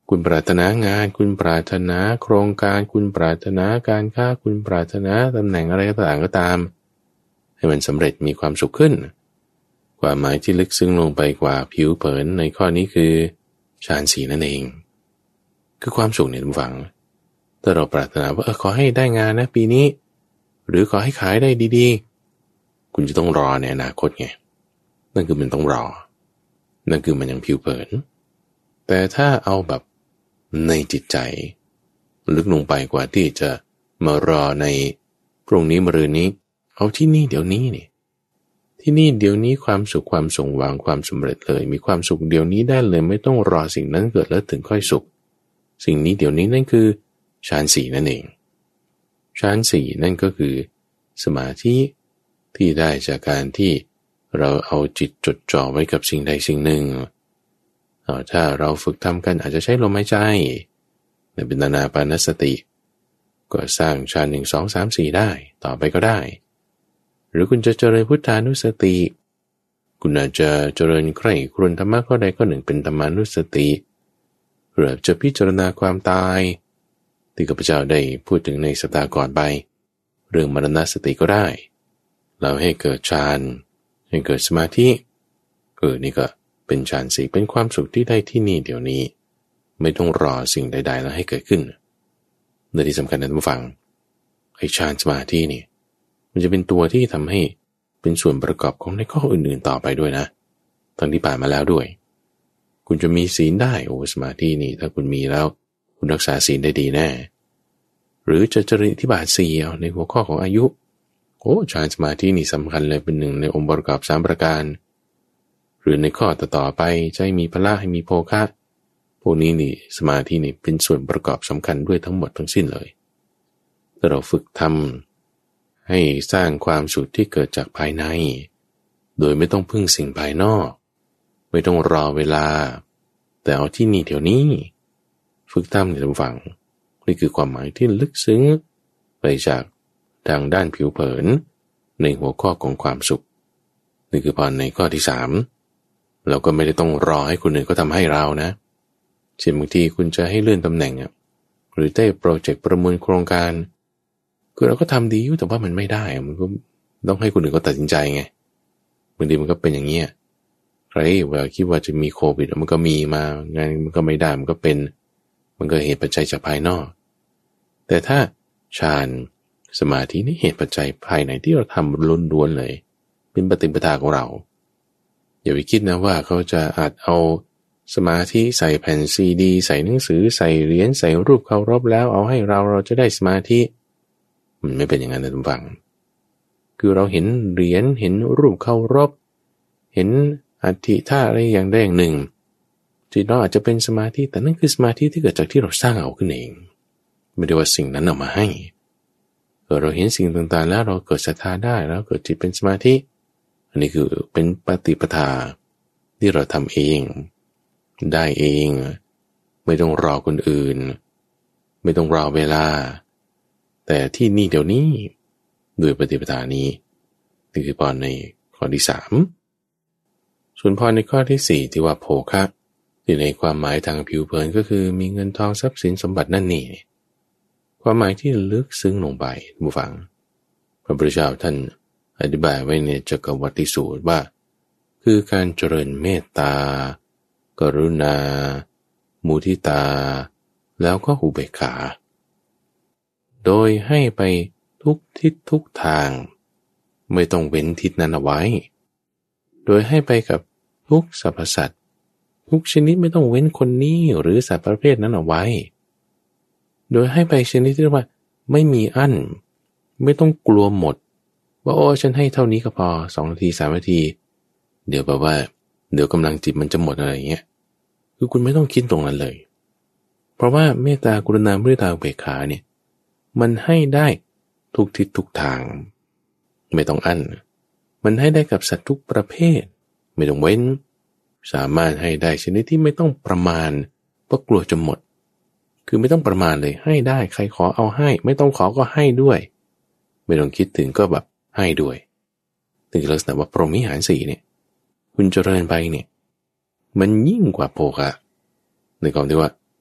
คุณปรารถนางานคุณปรารถนาโครงการคุณปรารถนาการค้าคุณปรารถนาตำแหน่งอะไรต่างๆก็ตามให้มันสำเร็จมีความสุขขึ้นความหมายที่ลึกซึ้งลงไปกว่าผิวเผินในข้อนี้คือฌานสี่นั่นเองคือความสุขเนี่ยทุกฝังถ้าเราปรารถนาว่าเออขอให้ได้งานนะปีนี้หรือขอให้ขายได้ดีๆคุณจะต้องรอในอนาคตไงนั่นคือมันต้องรอนั่นคือมันยังผิวเผินแต่ถ้าเอาแบบในจิตใจลึกลงไปกว่าที่จะมารอในพรุ่งนี้มะรืนนี้เอาที่นี่เดี๋ยวนี้นี่ที่นี่เดี๋ยวนี้ความสุขความสมหวังความสำเร็จเลยมีความสุขเดี๋ยวนี้ได้เลยไม่ต้องรอสิ่งนั้นเกิดแล้วถึงค่อยสุขสิ่งนี้เดี๋ยวนี้นั่นคือฌานสี่นั่นเองฌานสี่นั่นก็คือสมาธิที่ได้จากการที่เราเอาจิตจดจ่อไว้กับสิ่งใดสิ่งหนึ่งถ้าเราฝึกทำกันอาจจะใช้ลมหายใจในเป็นอานาปานสติก็สร้างฌานหนึ่งสองสามสี่ได้ต่อไปก็ได้หรือคุณจะเจริญพุทธานุสติคุณอาจจะเจริญใคร่ครวญธรรมะข้อใดข้อหนึ่งเป็นธรรมานุสติหรือจะพิจารณาความตายที่ข้าพเจ้าได้พูดถึงในสัปดาห์ก่อนไปเรื่องมรณสติก็ได้เราให้เกิดฌานให้เกิดสมาธิเออนี่ก็เป็นฌานสี่เป็นความสุขที่ได้ที่นี่เดี๋ยวนี้ไม่ต้องรอสิ่งใดๆแล้วให้เกิดขึ้นในที่สำคัญนะท่านผู้ฟังไอ้ฌานสมาธินี่มันจะเป็นตัวที่ทำให้เป็นส่วนประกอบของในข้ออื่นๆต่อไปด้วยนะทั้งที่ผ่านมาแล้วด้วยคุณจะมีศีลได้โอ้สมาธินี่ถ้าคุณมีแล้วคุณรักษาศีลได้ดีแน่หรือจะเจริญอิทธิบาทสี่เอาในหัวข้อของอายุโอ้ฌานสมาธินี่สำคัญเลยเป็นหนึ่งในองค์ประกอบสามประการหรือในข้อต่อๆไปจะให้มีพละให้มีโภคะพวกนี้นี่สมาธินี่เป็นส่วนประกอบสำคัญด้วยทั้งหมดทั้งสิ้นเลยถ้าเราฝึกทำให้สร้างความสุขที่เกิดจากภายในโดยไม่ต้องพึ่งสิ่งภายนอกไม่ต้องรอเวลาแต่เอาที่นี่เดี๋ยวนี้ฝึกทำในลำฝังนี่คือความหมายที่ลึกซึ้งไปจากทางด้านผิวเผินในหัวข้อของความสุขนี่คือพรในข้อที่สามเราก็ไม่ได้ต้องรอให้คนอื่นก็ทำให้เรานะเช่นบางทีคุณจะให้เลื่อนตำแหน่งหรือได้โปรเจกต์ประมูลโครงการคือเราก็ทำดีอยู่แต่ว่ามันไม่ได้มันก็ต้องให้คนอื่นก็ตัดสินใจไงบางทีมันก็เป็นอย่างเงี้ยใครว่าคิดว่าจะมีโควิดมันก็มีมางานมันก็ไม่ได้มันก็เป็นมันก็เหตุปัจจัยจากภายนอกแต่ถ้าฌานสมาธินี่เหตุปัจจัยภายในที่เราทำล้วนๆเลยเป็นปฏิปทาของเราอย่าไปคิดนะว่าเขาจะอาจเอาสมาธิใส่แผ่นซีดีใส่หนังสือใส่เหรียญใส่รูปเคารพแล้วเอาให้เราเราจะได้สมาธิมันไม่เป็นอย่างนั้นนะทุกฝังคือเราเห็นเหรียญเห็นรูปเคารพเห็นอัฐิท่าอะไรอย่างใดอย่างหนึ่งจิตเราอาจจะเป็นสมาธิแต่นั่นคือสมาธิที่เกิดจากที่เราสร้างเอาขึ้นเองไม่ได้ว่าสิ่งนั้นเอามาให้เออเราเห็นสิ่งต่างๆแล้วเราเกิดศรัทธาได้แล้วเกิดจิตเป็นสมาธิอันนี้คือเป็นปฏิปทาที่เราทำเองได้เองไม่ต้องรอคนอื่นไม่ต้องรอเวลาแต่ที่นี่เดี๋ยวนี้ด้วยปฏิปทานี้นี่คือพรในข้อที่สามส่วนพรในข้อที่สี่ที่ว่าโภคะที่ในความหมายทางผิวเผินก็คือมีเงินทองทรัพย์สินสมบัตินั่นนี่ความหมายที่ลึกซึ้งลงไปผู้ฟังพระพุทธเจ้าท่านอธิบายไว้ในจักรวัฏสูตรว่าคือการเจริญเมตตากรุณามุทิตาแล้วก็อุเบกขาโดยให้ไปทุกทิศทุกทางไม่ต้องเว้นทิศนั้นเอาไว้โดยให้ไปกับทุกสรรพสัตว์ทุกชนิดไม่ต้องเว้นคนนี้หรือสัตว์ประเภทนั้นเอาไว้โดยให้ไปชนิดที่เรียกว่าไม่มีอั้นไม่ต้องกลัวหมดว่าโอ้ฉันให้เท่านี้ก็พอสองนาทีสามนาทีเดี๋ยวแบบว่าเดี๋ยวกำลังจิตมันจะหมดอะไรเงี้ยคือคุณไม่ต้องคิดตรงนั้นเลยเพราะว่าเมตตากรุณามุทิตาอุเบกขาเนี่ยมันให้ได้ทุกทิศทุกทางไม่ต้องอั้นมันให้ได้กับสัตว์ทุกประเภทไม่ต้องเว้นสามารถให้ได้ชนิดที่ไม่ต้องประมาณเพราะกลัวจะหมดคือไม่ต้องประมาณเลยให้ได้ใครขอเอาให้ไม่ต้องขอก็ให้ด้วยไม่ต้องคิดถึงก็แบบให้ด้วยถึงลักษณะว่าพรหมิหารสี่เนี่ยคุณเจริญไปเนี่ยมันยิ่งกว่าโภคะในความที่ว่า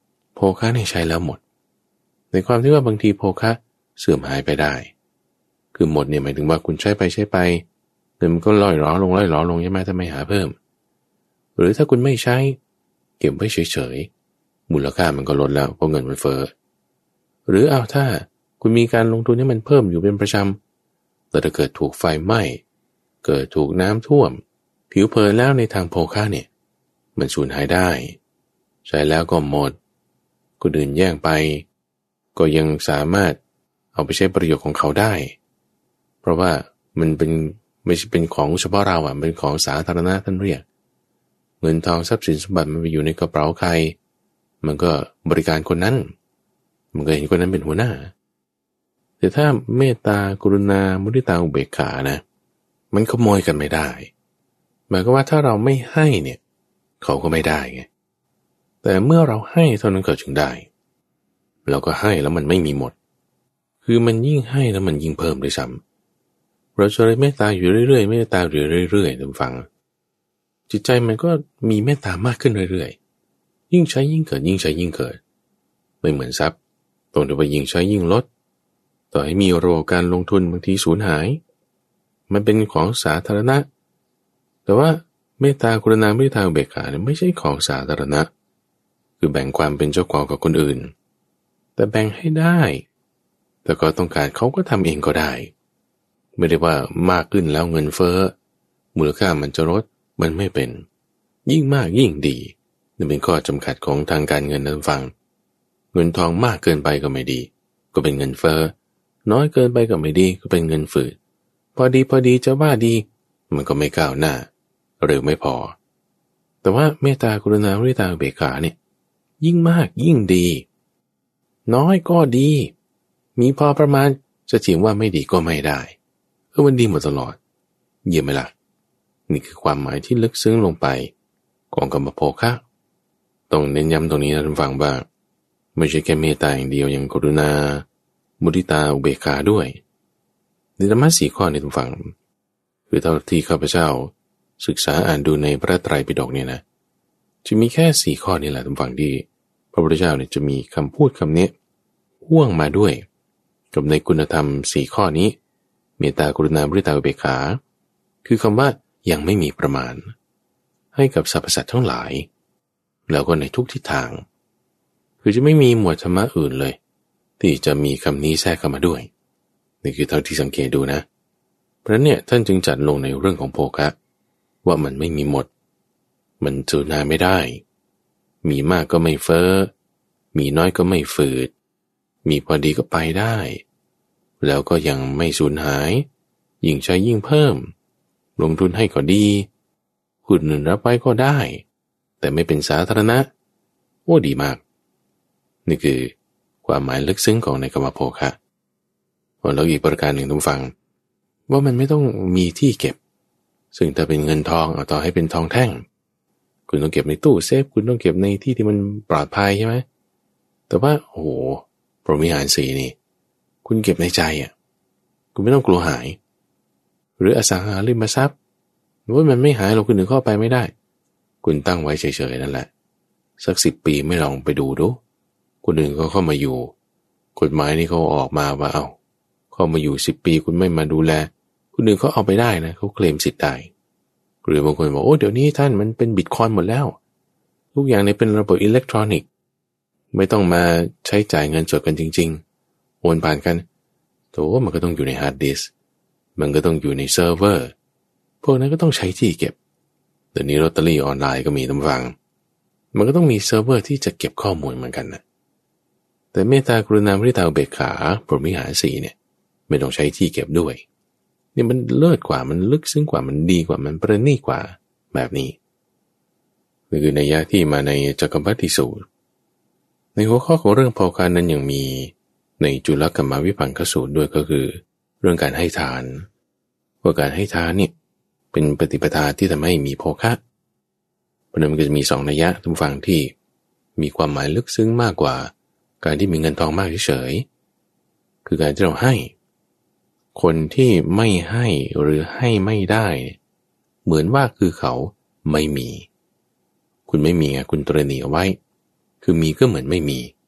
คะเนี่ยใช้แล้วหมดในความที่ว่าบางทีโภคะเสื่อมหายไปได้คือหมดเนี่ยหมายถึงว่าคุณใช้ไปใช้ไปเงินมันก็ล่อยหลอลงล่อยหลอลงใช่ไหมถ้าไม่หาเพิ่มหรือถ้าคุณไม่ใช้เก็บไว้เฉยๆมูลค่ามันก็ลดแล้วเพราะเงินมันเฟ้อหรือเอาถ้าคุณมีการลงทุนให้มันเพิ่มอยู่เป็นประจำแต่ถ้าเกิดถูกไฟไหม้เกิดถูกน้ำท่วมผิวเผินแล้วในทางโภคะเนี่ยมันสูญหายได้ใช้แล้วก็หมดคนอื่นแย่งไปก็ยังสามารถเอาไปใช้ประโยชน์ของเขาได้เพราะว่ามันเป็นไม่ใช่เป็นของเฉพาะเราอ่ะเป็นของสาธารณะท่านเรียกเงินทองทรัพย์สินสมบัติมันไปอยู่ในกระเป๋าใครมันก็บริการคนนั้นมันก็เห็นคนนั้นเป็นหัวหน้าแต่ถ้าเมตตากรุณามุทิตาอุเบกขานะมันขโมยกันไม่ได้หมายก็ว่าถ้าเราไม่ให้เนี่ยเขาก็ไม่ได้ไงแต่เมื่อเราให้เท่านั้นเขาจึงได้เราก็ให้แล้วมันไม่มีหมดคือมันยิ่งให้แล้วมันยิ่งเพิ่มด้วยซ้ำเราจะเลยเมตตาอยู่เรื่อยๆเมตตาอยู่เรื่อยๆท่านฟังจิตใจมันก็มีเมตตามากขึ้นเรื่อยๆยิ่งใช้ยิ่งเกิดยิ่งใช้ยิ่งเกิดไม่เหมือนทรัพย์ตรงที่ว่ายิ่งใช้ยิ่งลดต่อให้มีโรการลงทุนบางทีสูญหายมันเป็นของสาธารณะแต่ว่าเมตตากรุณามุทิตาอุเบกขาเนี่ยไม่ใช่ของสาธารณะคือแบ่งความเป็นเจ้าของกับคนอื่นแต่แบ่งให้ได้แต่ก็ต้องการเขาก็ทำเองก็ได้ไม่ได้ว่ามากขึ้นแล้วเงินเฟ้อมูลค่ามันจะลดมันไม่เป็นยิ่งมากยิ่งดีนี่เป็นข้อจำกัดของทางการเงินนั้นฟังเงินทองมากเกินไปก็ไม่ดีก็เป็นเงินเฟ้อน้อยเกินไปก็ไม่ดีก็เป็นเงินฝืดพอดีพอดีจะว่าดีมันก็ไม่ก้าวหน้าหรือไม่พอแต่ว่าเมตตากรุณามุทิตาอุเบกขาเนี่ยยิ่งมากยิ่งดีน้อยก็ดีมีพอประมาณจะเถียงว่าไม่ดีก็ไม่ได้เออมันดีหมดตลอดเยี่ยมไหมล่ะนี่คือความหมายที่ลึกซึ้งลงไปของคำว่าโภคะต้องเน้นย้ำตรงนี้นะท่านฟังว่าไม่ใช่แค่เมตตาอย่างเดียวยังกรุณามุทิตาอุเบกขาด้วยในธรรมะสี่ข้อในท่านฟังคือเท่าที่ข้าพเจ้าศึกษาอ่านดูในพระไตรปิฎกเนี่ยนะจะมีแค่สี่ข้อนี่แหละท่านฟังที่พระพุทธเจ้าเนี่ยจะมีคำพูดคำนี้พ่วงมาด้วยกับในคุณธรรมสี่ข้อนี้เมตตากรุณามุทิตาอุเบกขาคือคำว่ายังไม่มีประมาณให้กับสรรพสัตว์ทั้งหลายแล้วก็ในทุกทิศทางคือจะไม่มีหมวดธรรมะอื่นเลยที่จะมีคำนี้แทรกเข้ามาด้วยนี่คือเท่าที่สังเกตดูนะเพราะเนี่ยท่านจึงจัดลงในเรื่องของโภคะว่ามันไม่มีหมดมันสูญหายไม่ได้มีมากก็ไม่เฟ้อมีน้อยก็ไม่ฝืดมีพอดีก็ไปได้แล้วก็ยังไม่สูญหายยิ่งใช้ยิ่งเพิ่มลงทุนให้ก็ดีคนอื่นรับไว้ก็ได้แต่ไม่เป็นสาธารณะโอ้ดีมากนี่คือความหมายลึกซึ้งของในคำว่าโภคะแล้วอีกประการหนึ่งต้องฟังว่ามันไม่ต้องมีที่เก็บซึ่งถ้าเป็นเงินทองเอาต่อให้เป็นทองแท่งคุณต้องเก็บในตู้เซฟคุณต้องเก็บในที่ที่มันปลอดภัยใช่ไหมแต่ว่าโอ้โหพรหมวิหารสีนี่คุณเก็บในใจอ่ะคุณไม่ต้องกลัวหายหรืออสังหาริมทรัพย์ว่ามันไม่หายเราคุณถึงเข้าไปไม่ได้คุณตั้งไว้เฉยๆนั่นแหละสักสิบปีไม่ลองไปดูดูคนอื่นเขาเข้ามาอยู่กฎหมายนี่เขาออกมาว่าเอาเข้ามาอยู่สิบปีคุณไม่มาดูแลคนอื่นเขาเอาไปได้นะเขาเคลมสิทธิ์ได้หรือบางคนบอกโอ้เดี๋ยวนี้ท่านมันเป็นบิตคอยน์หมดแล้วทุกอย่างเนี่ยเป็นระบบอิเล็กทรอนิกส์ไม่ต้องมาใช้จ่ายเงินสดกันจริงๆโอนผ่านกันแต่ว่ามันก็ต้องอยู่ในฮาร์ดดิสก์มันก็ต้องอยู่ในเซิร์ฟเวอร์พวกนั้นก็ต้องใช้ที่เก็บเดี๋ยวนี้ลอตเตอรี่ออนไลน์ก็มีตำฟังมันก็ต้องมีเซิร์ฟเวอร์ที่จะเก็บข้อมูลเหมือนกันนะแต่เมตตากรุณามุทิตาอุเบกขาพรหมวิหารสี่เนี่ยไม่ต้องใช้ที่เก็บด้วยนี่มันเลิศกว่ามันลึกซึ้งกว่ามันดีกว่ามันประณีตกว่าแบบนี้นี่คือนัยยะที่มาในจักรพรรดิสูตรในหัวข้อของเรื่องโภคะนั้นยังมีในจุลกัมมวิภังคสูตรด้วยก็คือเรื่องการให้ทานว่าการให้ทานนี่เป็นปฏิปทาที่ทำให้มีโภคะเพราะนั้นมันก็จะมีสองนัยยะทุกฝั่งที่มีความหมายลึกซึ้งมากกว่าการที่มีเงินทองมากเฉยๆคือการที่เราให้คนที่ไม่ให้หรือให้ไม่ได้เหมือนว่าคือเขาไม่มีคุณไม่มีไงคุณตระหนี่เอาไว้คือมีก็เหมือนไม่มี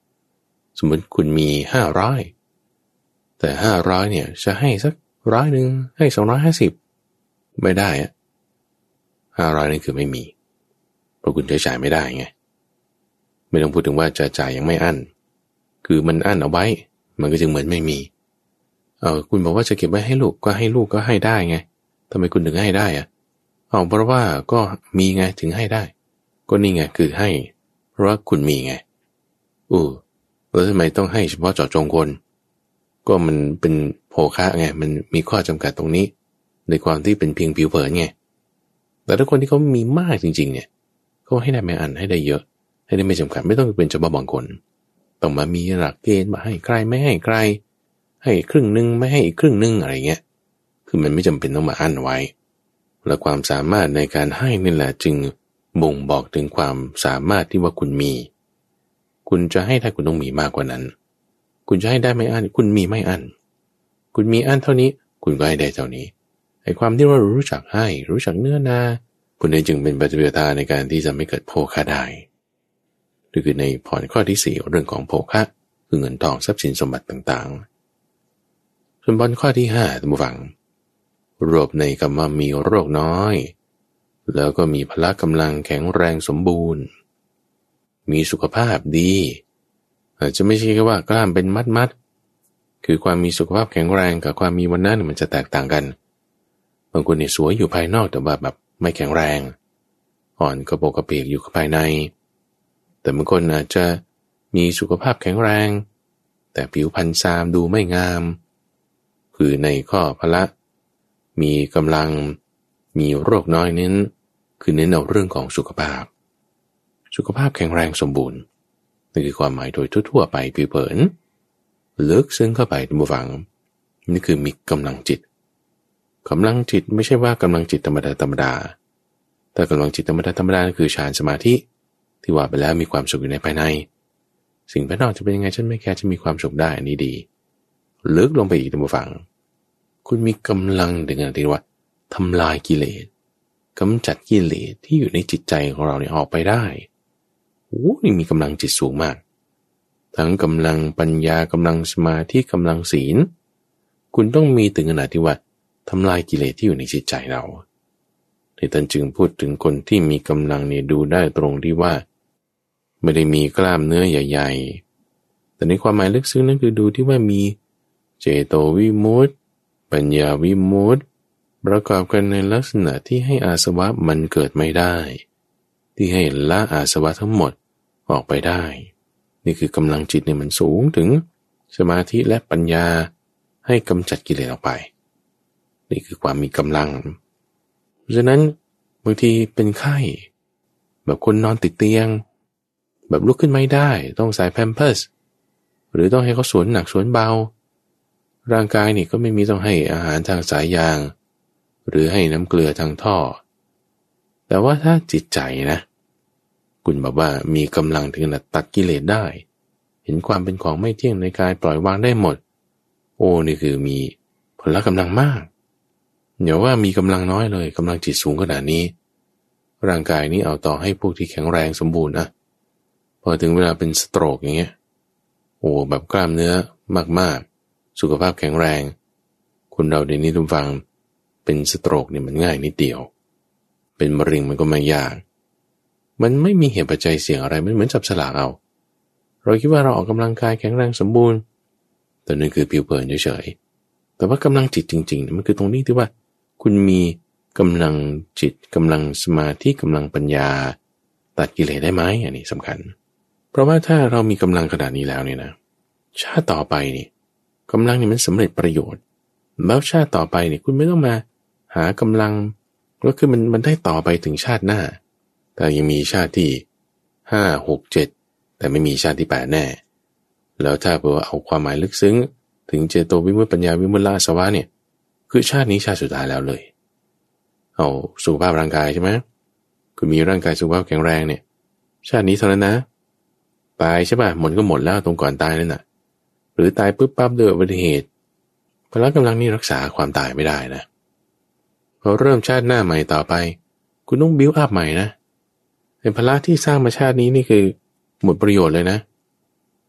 สมมติคุณมีห้าร้อยแต่ห้าร้อยเนี่ยจะให้สักร้อยหนึ่งให้สองร้อยห้าสิบไม่ได้อะห้าร้อยนี่คือไม่มีเพราะคุณใช้จ่ายไม่ได้ไงไม่ต้องพูดถึงว่าจะจ่ายยังไม่อั้นคือมันอั้นเอาไว้มันก็จึงเหมือนไม่มีเออคุณบอกว่าจะเก็บไว้ให้ลูกก็ให้ลูกก็ให้ได้ไงทำไมคุณถึงให้ได้อะอ๋อเพราะว่าก็มีไงถึงให้ได้ก็นี่ไงคือให้เพราะว่าคุณมีไงอู้แล้วทำไมต้องให้เฉพาะเจาะจงคนก็มันเป็นโภคะไงมันมีข้อจำกัดตรงนี้ในความที่เป็นเพียงผิวเผินไงแต่ถ้าคนที่เขามีมากจริงๆเนี่ยเขาให้ได้ไม่อันให้ได้เยอะให้ได้ไม่จำกัดไม่ต้องเป็นเฉพาะบางคนต้องมามีหลักเกณฑ์มาให้ใครไม่ให้ใครให้ครึ่งนึงไม่ให้อีกครึ่งนึงอะไรเงี้ยคือมันไม่จำเป็นต้องมาอั้นไว้และความสามารถในการให้นี่แหละจึงบ่งบอกถึงความสามารถที่ว่าคุณมีคุณจะให้ถ้าคุณต้องมีมากกว่านั้นคุณจะให้ได้ไม่อั้นคุณมีไม่อั้นคุณมีอั้นเท่านี้คุณก็ให้ได้เท่านี้ไอ้ความที่เรารู้จักให้รู้จักเนื้อนาคุณจึงเป็นปัจจัยตาในการที่จะไม่เกิดโภคะได้นี่คือในพรข้อที่สี่เรื่องของโภคะคือเงินทองทรัพย์สินสมบัติต่างๆส่วนพรข้อที่ห้าท่านผู้ฟังรวบในคำว่ามีโรคน้อยแล้วก็มีพละกำลังแข็งแรงสมบูรณ์มีสุขภาพดีอาจจะไม่ใช่แค่ว่ากล้ามเป็นมัดๆคือความมีสุขภาพแข็งแรงกับความมีวันนั้นมันจะแตกต่างกันบางคนเนี่ยสวยอยู่ภายนอกแต่ว่าแบบไม่แข็งแรงอ่อนกระโปงกระเปียกอยู่ภายในแต่บางคนอาจจะมีสุขภาพแข็งแรงแต่ผิวพรรณซามดูไม่งามคือในข้อพละมีกำลังมีโรคน้อยเน้นคือเน้นเอาเรื่องของสุขภาพสุขภาพแข็งแรงสมบูรณ์นี่คือความหมายโดยทั่วๆไปผิวเผินลึกซึ้งเข้าไปในบุฟังนี่คือมีกำลังจิตกำลังจิตไม่ใช่ว่ากำลังจิตธรรมดาธรรมดาแต่กำลังจิตธรรมดาธรรมดาคือฌานสมาธิที่ว่าไปแล้วมีความสุขอยู่ในภายในสิ่งภายนอกจะเป็นยังไงฉันไม่แคร์จะมีความสุขได้อันนี้ดีลึกลงไปอีกในบุฟังคุณมีกำลังถึงขนาดที่ว่าทำลายกิเลสกำจัดกิเลสที่อยู่ในจิตใจของเราเนี่ยออกไปได้โอ้นี่มีกำลังจิตสูงมากทั้งกำลังปัญญากำลังสมาธิกำลังศีลคุณต้องมีถึงขนาดที่ว่าทำลายกิเลสที่อยู่ในจิตใจเราที่ท่านจึงพูดถึงคนที่มีกำลังเนี่ยดูได้ตรงที่ว่าไม่ได้มีกล้ามเนื้อใหญ่ๆแต่ในความหมายลึกซึ้งนั้นคือดูที่ว่ามีเจโตวิมุตติปัญญาวิมุตติประกอบกันในลักษณะที่ให้อาสวะมันเกิดไม่ได้ที่ให้ละอาสวะทั้งหมดออกไปได้นี่คือกำลังจิตเนี่ยมันสูงถึงสมาธิและปัญญาให้กำจัดกิเลสออกไปนี่คือความมีกำลังเพราะฉะนั้นบางทีเป็นไข้แบบคนนอนติดเตียงแบบลุกขึ้นไม่ได้ต้องใส่แพมเพิร์สหรือต้องให้เขาสวนหนักสวนเบาร่างกายนี่ก็ไม่มีต้องให้อาหารทางสายยางหรือให้น้ำเกลือทางท่อแต่ว่าถ้าจิตใจนะคุณแบบว่ามีกำลังถึงขนาดตัดกิเลสได้เห็นความเป็นของไม่เที่ยงในกายปล่อยวางได้หมดโอ้นี่คือมีพละกำลังมากเดี๋ยวว่ามีกำลังน้อยเลยกำลังจิตสูงขนาดนี้ร่างกายนี้เอาต่อให้พวกที่แข็งแรงสมบูรณ์นะพอถึงเวลาเป็นสโตรกอย่างเงี้ยโอ้แบบกล้ามเนื้อมากๆสุขภาพแข็งแรงคนเราเดี๋ยวนี้ทุกฟังเป็นสโตรกเนี่ยมันง่ายนิดเดียวเป็นมะเร็งมันก็ไม่ยากมันไม่มีเหตุปัจจัยเสี่ยงอะไรมันเหมือนจับฉลากเอาเราคิดว่าเราออกกำลังกายแข็งแรงสมบูรณ์แต่นั่นคือผิวเผินเฉยๆแต่ว่ากำลังจิตจริงๆมันคือตรงนี้ที่ว่าคุณมีกำลังจิตกำลังสมาธิกำลังปัญญาตัดกิเลสได้ไหมอันนี้สำคัญเพราะว่าถ้าเรามีกำลังขนาดนี้แล้วเนี่ยนะชาติต่อไปนี่กำลังนี่มันสำเร็จประโยชน์แล้วชาติต่อไปนี่คุณไม่ต้องมาหากำลังก็คือมันมันได้ต่อไปถึงชาติหน้าแต่ยังมีชาติที่ห้าหกเจ็ดแต่ไม่มีชาติที่แปดแน่แล้วถ้าเผื่อเอาความหมายลึกซึ้งถึงเจโตวิมุตติปัญญาวิมุตติละอาสวะเนี่ยคือชาตินี้ชาติสุดท้ายแล้วเลยเอาสุขภาพร่างกายใช่ไหมคุณมีร่างกายสุขภาพแข็งแรงเนี่ยชาตินี้เท่านั้นนะตายใช่ป่ะหมดก็หมดแล้วตรงก่อนตายนั่นน่ะหรือตายปุ๊บปั๊บด้วยอุบัติเหตุพละกำลังนี้รักษาความตายไม่ได้นะพอเริ่มชาติหน้าใหม่ต่อไปคุณต้องบิวอัพใหม่นะเป็นพละที่สร้างมาชาตินี้นี่คือหมดประโยชน์เลยนะ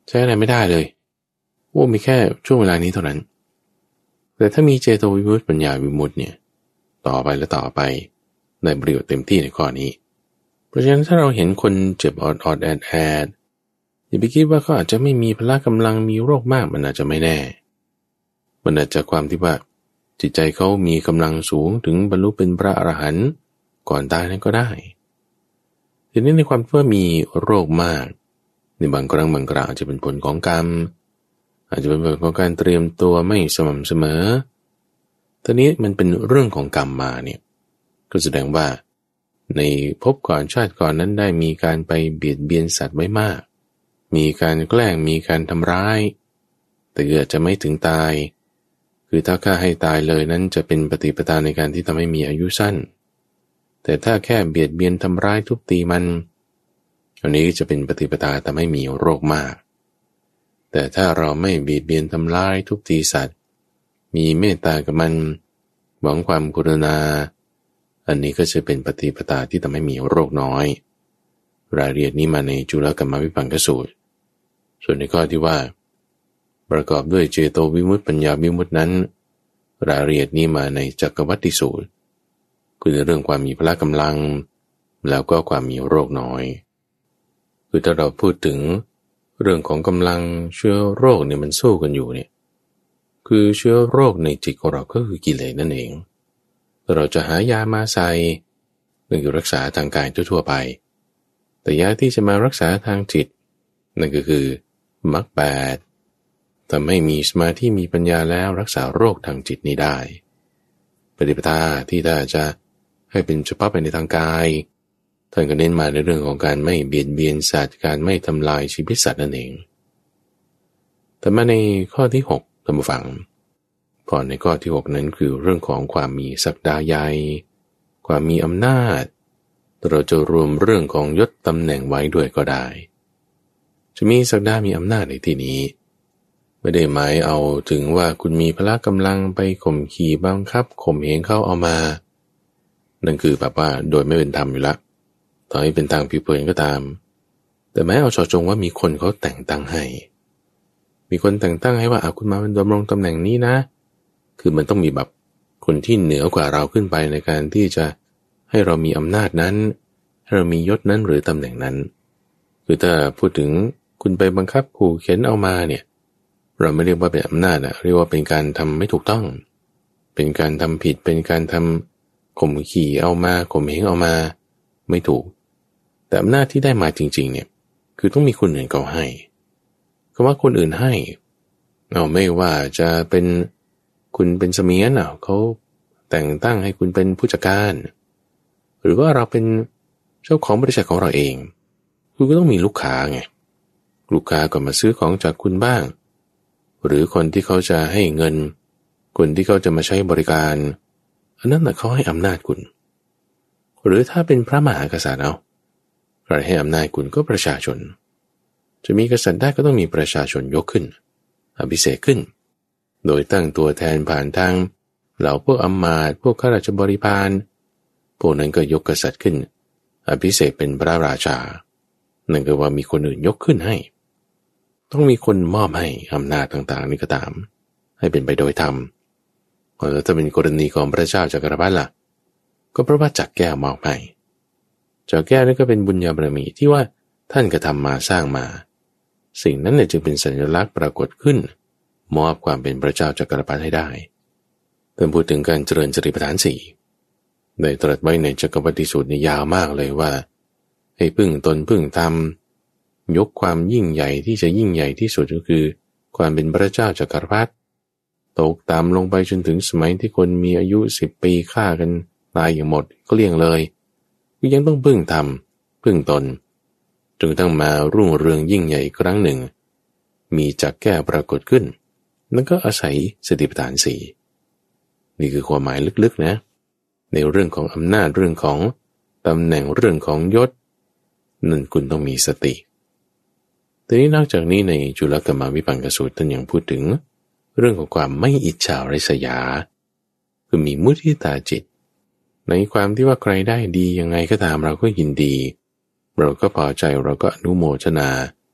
ใช้อะไรไม่ได้เลยโอ้มีแค่ช่วงเวลานี้เท่านั้นแต่ถ้ามีเจโตวิมุตติปัญญาวิมุตติเนี่ยต่อไปและต่อไปได้ประโยชน์เต็มที่ในข้อนี้เพราะฉะนั้นถ้าเราเห็นคนเจ็บออดออดแอดแอดอย่าไปคิดว่าเขาอาจจะไม่มีพละกำลังมีโรคมากมันอาจจะไม่แน่มันอาจจะความที่ว่าจิตใจเขามีกำลังสูงถึงบรรลุเป็นพระอรหันต์ก่อนตายนั้นก็ได้ทีนี้ในความที่ว่ามีโรคมากในบางครั้งบางคราวอาจจะเป็นผลของกรรมอาจจะเป็นผลของการเตรียมตัวไม่สม่ำเสมอทีนี้มันเป็นเรื่องของกรรมมาเนี่ยก็แสดงว่าในภพก่อนชาติก่อนนั้นได้มีการไปเบียดเบียนสัตว์ไว้มากมีการแกล้งมีการทำร้ายแต่อาจจะไม่ถึงตายคือถ้าฆ่าให้ตายเลยนั้นจะเป็นปฏิปทาในการที่ทำให้มีอายุสั้นแต่ถ้าแค่เบียดเบียนทำร้ายทุบตีมันอันนี้จะเป็นปฏิปทาทำให้มีโรคมากแต่ถ้าเราไม่เบียดเบียนทำร้ายทุบตีสัตว์มีเมตตากับมันหวังความกรุณาอันนี้ก็จะเป็นปฏิปทาที่ทำให้มีโรคน้อยรายละเอียดนี้มาในจุลกัมมวิภังคสูตรส่วนในข้อที่ว่าประกอบด้วยเจโตวิมุตติปัญญาวิมุตตินั้นรายละเอียดนี้มาในจักรวัฏฏิสูตรคือเรื่องความมีพละกำลังแล้วก็ความมีโรคน้อยคือถ้าเราพูดถึงเรื่องของกำลังเชื้อโรคเนี่ยมันสู้กันอยู่เนี่ยคือเชื้อโรคในจิตของเราก็คือกิเลสนั่นเองเราจะหายามาใส่นั่นคือรักษาทางกายทั่วๆไปแต่ยาที่จะมารักษาทางจิตนั่นก็คือมรรคแปดทำให้มีสมาธิมีปัญญาแล้วรักษาโรคทางจิตนี้ได้ปฏิปทาที่ถ้าจะให้เป็นเฉพาะไปในทางกายท่านก็เน้นมาในเรื่องของการไม่เบียดเบียนสัตว์การไม่ทำลายชีวิตสัตว์นั่นเองแต่มาในข้อที่หกท่านผู้ฟังพอในข้อที่หกนั้นคือเรื่องของความมีศักดาใหญ่ความมีอำนาจเราจะรวมเรื่องของยศตำแหน่งไว้ด้วยก็ได้จะมีศักดามีอำนาจในที่นี้ไม่ได้หมายเอาถึงว่าคุณมีพละกำลังไปข่มขี่บังคับข่มเหงเขาเอามานั่นคือแบบว่าโดยไม่เป็นธรรมอยู่ละต่อให้เป็นทางผิวเผินก็ตามแต่แม้เอาเฉพาะจงว่ามีคนเขาแต่งตั้งให้มีคนแต่งตั้งให้ว่าอาคุณมาเป็นดำรงตำแหน่งนี้นะคือมันต้องมีแบบคนที่เหนือกว่าเราขึ้นไปในการที่จะให้เรามีอำนาจนั้นให้เรามียศนั้นหรือตำแหน่งนั้นคือถ้าพูดถึงคุณไปบังคับขู่เข็นเอามาเนี่ยเราไม่เรียกว่าเป็นอำนาจนะเรียกว่าเป็นการทำไม่ถูกต้องเป็นการทำผิดเป็นการทำข่มขี่เอามาข่มเหงเอามาไม่ถูกแต่อำนาจที่ได้มาจริงๆเนี่ยคือต้องมีคนอื่นเขาให้คำว่าคนอื่นให้เอาไม่ว่าจะเป็นคุณเป็นเสมียนอ่ะเขาแต่งตั้งให้คุณเป็นผู้จัดการหรือว่าเราเป็นเจ้าของบริษัทของเราเองคุณก็ต้องมีลูกค้าไงลูกค้าก็มาซื้อของจากคุณบ้างหรือคนที่เขาจะให้เงินคนที่เขาจะมาใช้บริการอันนั้นน่ะเขาให้อำนาจคุณหรือถ้าเป็นพระมหากษัตริย์เอาใครให้อำนาจคุณก็ประชาชนจะมีกษัตริย์ได้ก็ต้องมีประชาชนยกขึ้นอภิเษกขึ้นโดยตั้งตัวแทนผ่านทางเหล่าพวกอำมาตย์พวกข้าราชบริพารพวกนั้นก็ยกกษัตริย์ขึ้นอภิเษกเป็นพระราชานั่นก็ว่ามีคนอื่นยกขึ้นให้ต้องมีคนมอบให้อำนาจต่างๆนี่ก็ตามให้เป็นไปโดยธรรมแล้วถ้าเป็นกรณีของพระเจ้าจักรพรรดิล่ะก็เพราะว่าจักรแก้วมอบให้จักรแก้วนี่ก็เป็นบุญญาบารมีที่ว่าท่านกระทำมาสร้างมาสิ่งนั้นเนี่ยจึงเป็นสัญลักษณ์ปรากฏขึ้นมอบความเป็นพระเจ้าจักรพรรดิให้ได้เพิ่มพูดถึงการเจริญสติปัฏฐานสี่ได้ตรัสไว้ในจักรวัฏฏิสูตรนี่ยาวมากเลยว่าให้พึ่งตนพึ่งธรรมยกความยิ่งใหญ่ที่จะยิ่งใหญ่ที่สุดก็คือความเป็นพระเจ้าจักรพรรดิตกตามลงไปจนถึงสมัยที่คนมีอายุสิบปีฆ่ากันตายอย่างหมดก็เลี่ยงเลยก็ยังต้องพึ่งธรรมพึ่งตนจนตั้งมารุ่งเรืองยิ่งใหญ่อีกครั้งหนึ่งมีจักรแก้วปรากฏขึ้นนั่นก็อาศัยสติปัฏฐานสี่นี่คือความหมายลึกๆนะในเรื่องของอำนาจเรื่องของตำแหน่งเรื่องของยศนั่นคุณต้องมีสติแต่นี้นอกจากนี้ในจุลกัมมวิภังคสูตรท่านยังพูดถึงเรื่องของความไม่อิจฉาริษยาคือมีมุทิตาจิตในความที่ว่าใครได้ดียังไงก็ตามเราก็ยินดีเราก็พอใจเราก็อนุโมทนา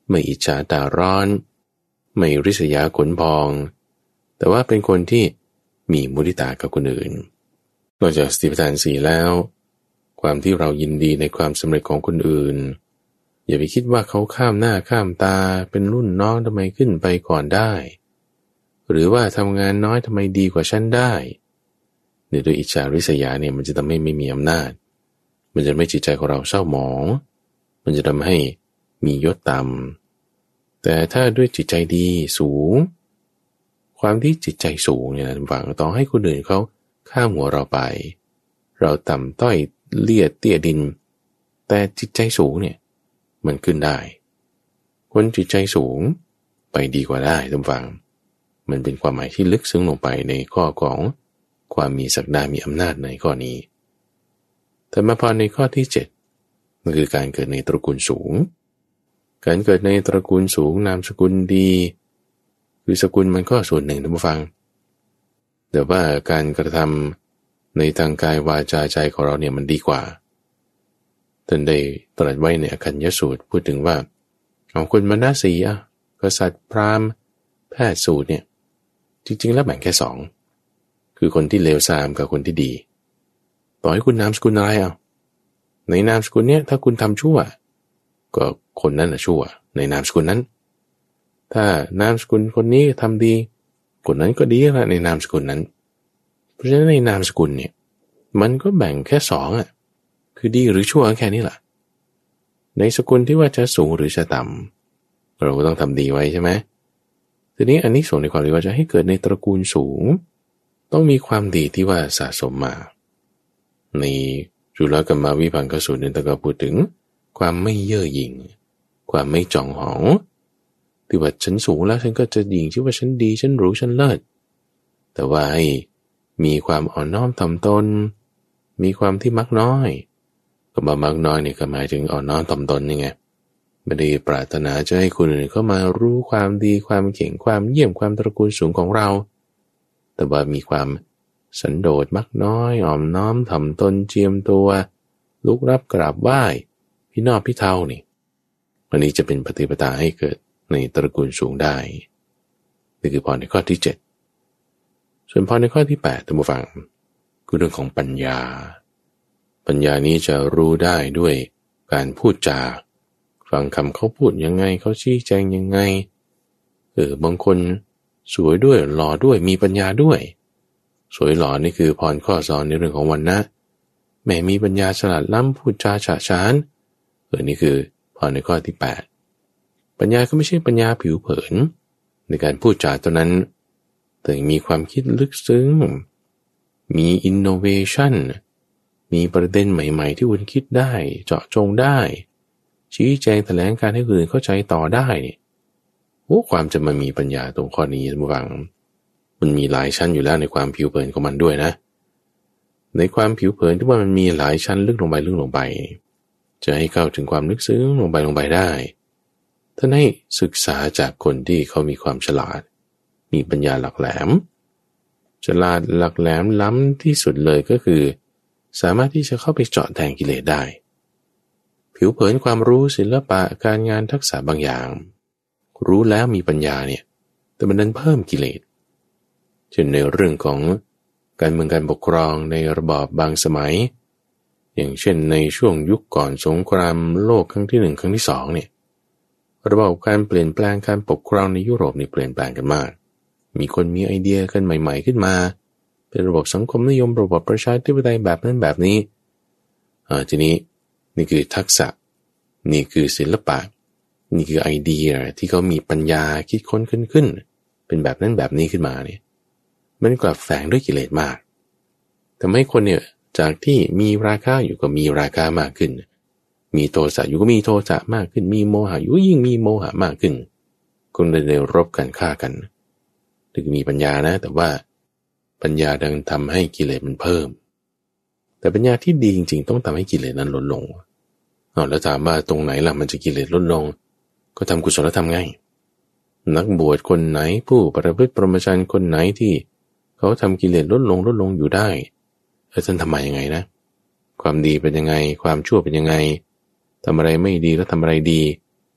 ไม่อิจฉาตาร้อนไม่ริษยาขนพองแต่ว่าเป็นคนที่มีมุทิตากับคนอื่นนอกจากสติปัฏฐานสี่แล้วความที่เรายินดีในความสำเร็จของคนอื่นอย่าไปคิดว่าเขาข้ามหน้าข้ามตาเป็นรุ่นน้องทำไมขึ้นไปก่อนได้หรือว่าทำงานน้อยทำไมดีกว่าฉันได้เนี่ยโดยอิจฉาริษยาเนี่ยมันจะทำให้ไม่มีอำนาจมันจะไม่จิตใจของเราเศร้าหมองมันจะทำให้มียศต่ำแต่ถ้าด้วยจิตใจดีสูงความที่จิตใจสูงเนี่ยฝังต่อให้คนอื่นเขาข้ามหัวเราไปเราต่ำต้อยเลียดเตี้ยดินแต่จิตใจสูงเนี่ยมันขึ้นได้คนจิตใจสูงไปดีกว่าได้ท่านฟังมันเป็นความหมายที่ลึกซึ้งลงไปในข้อของความมีศักดามีอำนาจในข้อนี้แต่มาพอในข้อที่เจ็ดมันคือการเกิดในตระกูลสูงการเกิดในตระกูลสูงนามสกุลดีคือสกุลมันก็ส่วนหนึ่งท่านผู้ฟังแต่ว่าการกระทำในทางกายวาจาใจของเราเนี่ยมันดีกว่าท่านได้ตรัสไว้ในอคัญญสูตรพูดถึงว่าเอาคนมณสีอ่ะกษัตริย์พราหมณ์แพทย์สูตรเนี่ยจริงๆแล้วแบ่งแค่สองคือคนที่เลวทรามกับคนที่ดีต่อให้คุณนามสกุลอะไรอ่ะในนามสกุลเนี้ยถ้าคุณทำชั่วก็คนนั้นน่ะชั่วในนามสกุลนั้นถ้านามสกุลคนนี้ทำดีคนนั้นก็ดีละในนามสกุลนั้นเพราะฉะนั้นในนามสกุลเนี่ยมันก็แบ่งแค่สองอ่ะคือดีหรือชั่วแค่นี้แหละในสกุลที่ว่าจะสูงหรือจะต่ำเราก็ต้องทำดีไว้ใช่ไหมทีนี้อันนี้ส่งในความที่ว่าจะให้เกิดในตระกูลสูงต้องมีความดีที่ว่าสะสมมาในจุลกัมมวิภังคสูตรเนี่ยท่านก็พูดถึงความไม่เย่อหยิ่งความไม่จองหองที่ว่าฉันสูงแล้วฉันก็จะหยิ่งที่ว่าฉันดีฉันรู้ฉันเลิศแต่ว่าให้มีความอ่อนน้อมถ่อมตนมีความที่มักน้อยก็มามักน้อยนี่ก็หมายถึงอ่อนน้อมถ่อมตนนี่ไงไม่ได้ปรารถนาจะให้คนอื่นเข้ามารู้ความดีความเก่งความเยี่ยมความตระกูลสูงของเราแต่ว่ามีความสันโดษมักน้อยอ่อมน้อมถ่อมตนเจียมตัวลุกรับกราบไหว้พี่นอบพี่เท่านี่วันนี้จะเป็นปฏิปทาให้เกิดในตระกูลสูงได้นี่คือพรในข้อที่เจ็ดส่วนพรในข้อที่แปดท่านผู้ฟังคือเรื่องของปัญญาปัญญานี้จะรู้ได้ด้วยการพูดจาฟังคำเขาพูดยังไงเขาชี้แจงยังไงเออบางคนสวยด้วยหล่อด้วยมีปัญญาด้วยสวยหล่อนี่คือพรข้อสอนในเรื่องของวรรณะแม่มีปัญญาฉลาดล้ำพูดจาฉะฉานเออนี่คือพรในข้อที่แปดปัญญาก็ไม่ใช่ปัญญาผิวเผินในการพูดจาตัวนั้นแต่มีความคิดลึกซึ้งมีอินโนเวชันมีประเด็นใหม่ๆที่คุณคิดได้เจาะจงได้ชี้แจงแถลงการให้คนอื่นเข้าใจต่อได้โอ้ความจะมามีปัญญาตรงข้อนี้ท่านผู้ฟังมันมีหลายชั้นอยู่แล้วในความผิวเผินของมันด้วยนะในความผิวเผินที่ว่ามันมีหลายชั้นลึกลงไปลึกลงไปจะให้เข้าถึงความลึกซึ้งลงไปลงไปได้ท่านให้ศึกษาจากคนที่เขามีความฉลาดมีปัญญาหลักแหลมฉลาดหลักแหลมล้ำที่สุดเลยก็คือสามารถที่จะเข้าไปเจาะแทงกิเลสได้ผิวเผินความรู้ศิลปะการงานทักษะบางอย่างรู้แล้วมีปัญญาเนี่ยแต่มันนั้นเพิ่มกิเลสเช่นในเรื่องของการเมืองการปกครองในระบอบบางสมัยอย่างเช่นในช่วงยุคก่อนสงครามโลกครั้งที่หนึ่งครั้งที่สองเนี่ยระบบการเปลี่ยนแปลงการปกครองในยุโรปนี่เปลี่ยนแปลงกันมากมีคนมีไอเดียกันใหม่ๆขึ้นมาเป็นระบบสังคมนิยมระบบประชาธิปไตยแบบนั้นแบบนี้อ่าทีนี้นี่คือทักษะนี่คือศิลปะนี่คือไอเดียที่เขามีปัญญาคิดค้นขึ้นขึ้นเป็นแบบนั้นแบบนี้ขึ้นมาเนี่ยมันกลับแฝงด้วยกิเลสมากทำให้คนเนี่ยจากที่มีราคะอยู่ก็มีราคะมากขึ้นมีโทสะอยู่ก็มีโทสะมากขึ้นมีโมหะอยู่ก็ยิ่งมีโมหะมากขึ้นคนเลยได้รบกันฆ่ากันถึงมีปัญญานะแต่ว่าปัญญาดังทำให้กิเลสมันเพิ่มแต่ปัญญาที่ดีจริงๆต้องทำให้กิเลสนั้นลดลงเอาแล้วถามว่าตรงไหนล่ะมันจะกิเลสลดลงก็ทำกุศลธรรมไงนักบวชคนไหนผู้ประพฤติพรหมจรรย์คนไหนที่เขาทำกิเลสลดลงลดลงอยู่ได้เออท่านทำมายังไงนะความดีเป็นยังไงความชั่วเป็นยังไงทำอะไรไม่ดีแล้วทำอะไรดี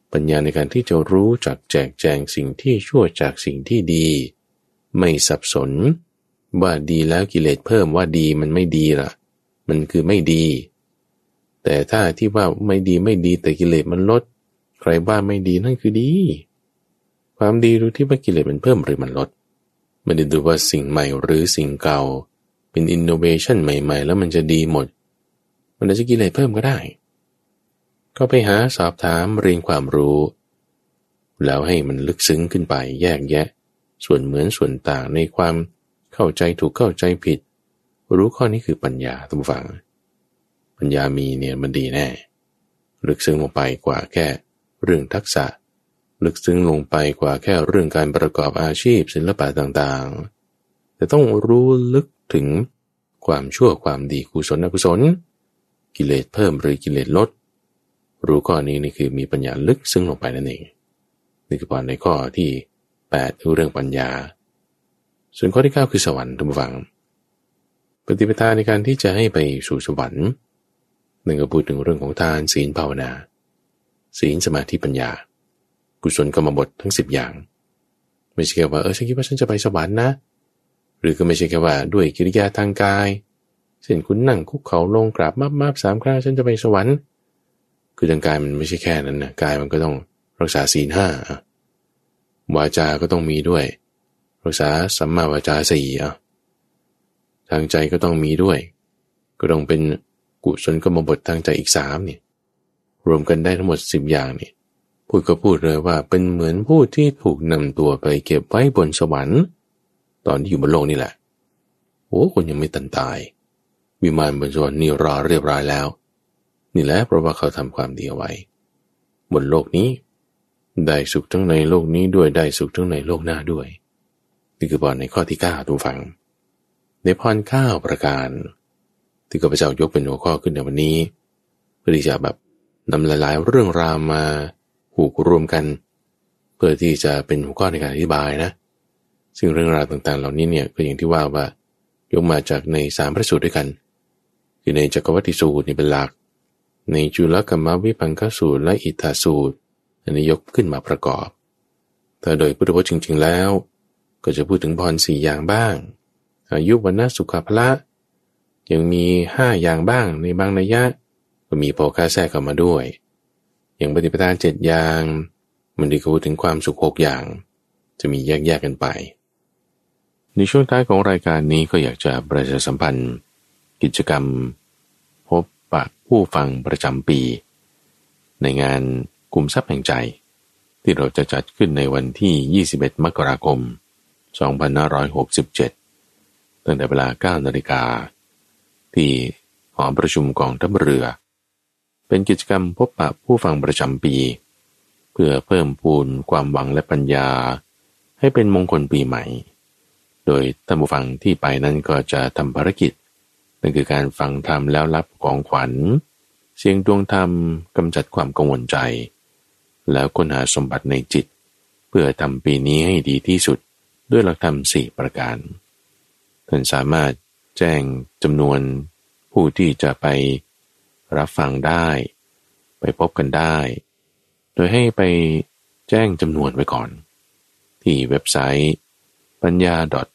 ปัญญาในการที่จะรู้จักแจกแจงสิ่งที่ชั่วจากสิ่งที่ดีไม่สับสนว่าดีแล้วกิเลสเพิ่มว่าดีมันไม่ดีล่ะมันคือไม่ดีแต่ถ้าที่ว่าไม่ดีไม่ดีแต่กิเลสมันลดใครว่าไม่ดีนั่นคือดีความดีดูที่ว่ากิเลสมันเพิ่มหรือมันลดไม่ได้ดูว่าสิ่งใหม่หรือสิ่งเก่าเป็นอินโนเวชันใหม่ๆแล้วมันจะดีหมดมันอาจจะกิเลสเพิ่มก็ได้ก็ไปหาสอบถามเรียนความรู้แล้วให้มันลึกซึ้งขึ้นไปแยกแยะส่วนเหมือนส่วนต่างในความเข้าใจถูกเข้าใจผิดรู้ข้อนี้คือปัญญาทุกฝั่งปัญญามีเนี่ยมันดีแน่ลึกซึ้งลงไปกว่าแค่เรื่องทักษะลึกซึ้งลงไปกว่าแค่เรื่องการประกอบอาชีพศิลปะต่างๆแต่ต้องรู้ลึกถึงความชั่วความดีกุศลอกุศลกิเลสเพิ่มหรือกิเลสลดรู้ข้อนี้นี่คือมีปัญญาลึกซึ้งลงไปนั่นเองนี่คือพอในข้อที่แปดคือเรื่องปัญญาส่วนข้อที่เก้าคือสวรรค์ทุกฝังปฏิปทาในการที่จะให้ไปสู่สวรรค์นั่นก็พูดถึงเรื่องของทานศีลภาวนาศีลสมาธิปัญญากุศลกรรมบททั้งสิบอย่างไม่ใช่แค่ว่าเออฉันคิดว่าฉันจะไปสวรรค์นะหรือก็ไม่ใช่แค่ว่าด้วยกิริยาทางกายเช่นคุณนั่งคุกเข่าลงกราบมาบๆสามครั้งฉันจะไปสวรรค์คือทางกายมันไม่ใช่แค่นั้นนะกายมันก็ต้องรักษาศีลห้าวาจาก็ต้องมีด้วยรักษาสัมมาวาจาสี่อ่ะทางใจก็ต้องมีด้วยก็ต้องเป็นกุศลกรรมบททางใจอีกสามเนี่ยรวมกันได้ทั้งหมดสิบอย่างนี่พูดก็พูดเลยว่าเป็นเหมือนผู้ที่ถูกนำตัวไปเก็บไว้บนสวรรค์ตอนที่อยู่บนโลกนี่แหละโอ้คนยังไม่ตันตายวิมานบนสวรรค์นี่รอเรียบร้อยแล้วนี่แหละเพราะว่าเขาทำความดีเอาไว้บนโลกนี้ได้สุขทั้งในโลกนี้ด้วยได้สุขทั้งในโลกหน้าด้วยนี่คือพรในข้อที่เก้าทุกฝังในพรเก้าประการที่ข้าพเจ้ายกเป็นหัวข้อขึ้นในวันนี้เพื่อที่จะแบบนำหลายๆเรื่องราวมาผูกรวมกันเพื่อที่จะเป็นหัวข้อในการอธิบายนะซึ่งเรื่องราวต่างๆเหล่านี้เนี่ยก็อย่างที่ว่าว่ายกมาจากในสามพระสูตรด้วยกันคือในจักรวัฏฏิสูตรนี่เป็นหลักในจุลกัมมวิภังคสูตรและอิทธาสูตรอันนี้ยกขึ้นมาประกอบแต่โดยพุทธวจนะจริงๆแล้วก็จะพูดถึงพรสี่อย่างบ้างอายุวันนะสุขภละยังมีห้าอย่างบ้างในบางนัยยะก็มีโภคาแทรกเข้ามาด้วยอย่างปฏิปทาเจ็ดอย่างมันดีก็พูดถึงความสุขหกอย่างจะมีแยกๆกันไปในช่วงท้ายของรายการนี้ก็อยากจะประชาสัมพันธ์กิจกรรมพบปะผู้ฟังประจำปีในงานกลุ่มทรัพย์แห่งใจที่เราจะจัดขึ้นในวันที่ยี่สิบเอ็ดมกราคมสองพันห้าร้อยหกสิบเจ็ดตั้งแต่เวลา เก้านาฬิกา ที่หอประชุมกองทัพเรือเป็นกิจกรรมพบปะผู้ฟังประจำปีเพื่อเพิ่มพูนความหวังและปัญญาให้เป็นมงคลปีใหม่โดยท่านผู้ฟังที่ไปนั้นก็จะทำภารกิจนั่นคือการฟังธรรมแล้วรับของขวัญเสียงดวงธรรมกำจัดความกังวลใจแล้วค้นหาสมบัติในจิตเพื่อทำปีนี้ให้ดีที่สุดด้วยหลักธรรมสี่ประการท่านสามารถแจ้งจำนวนผู้ที่จะไปรับฟังได้ไปพบกันได้โดยให้ไปแจ้งจำนวนไว้ก่อนที่เว็บไซต์ปัญญา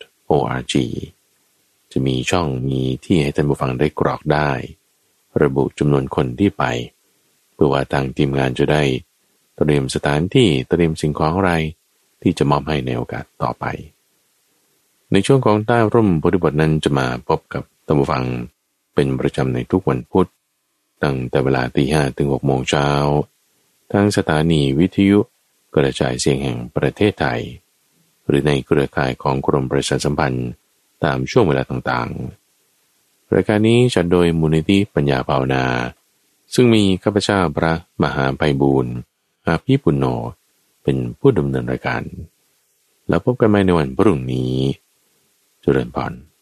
.org จะมีช่องมีที่ให้ท่านผู้ฟังได้กรอกได้ระบุจำนวนคนที่ไปเพื่อว่าทางทีมงานจะได้เตรียมสถานที่เตรียมสิ่งของอะไรที่จะมอบให้ในโอกาสต่อไปในช่วงของใต้ร่มโพธิบทนั้นจะมาพบกับท่านผู้ฟังเป็นประจำในทุกวันพุธตั้งแต่เวลาตีห้าถึงหกโมงเช้าทางสถานีวิทยุกระจายเสียงแห่งประเทศไทยหรือในเครือข่ายของกรมประชาสัมพันธ์ตามช่วงเวลาต่างๆรายการนี้จัดโดยมูลนิธิปัญญาภาวนาซึ่งมีข้าพเจ้าพระมหาไพบูลย์อาภิปุณโญเป็นผู้ดำเนินรายการแล้วพบกันใหม่ในวันพรุ่งนี้เจริญพร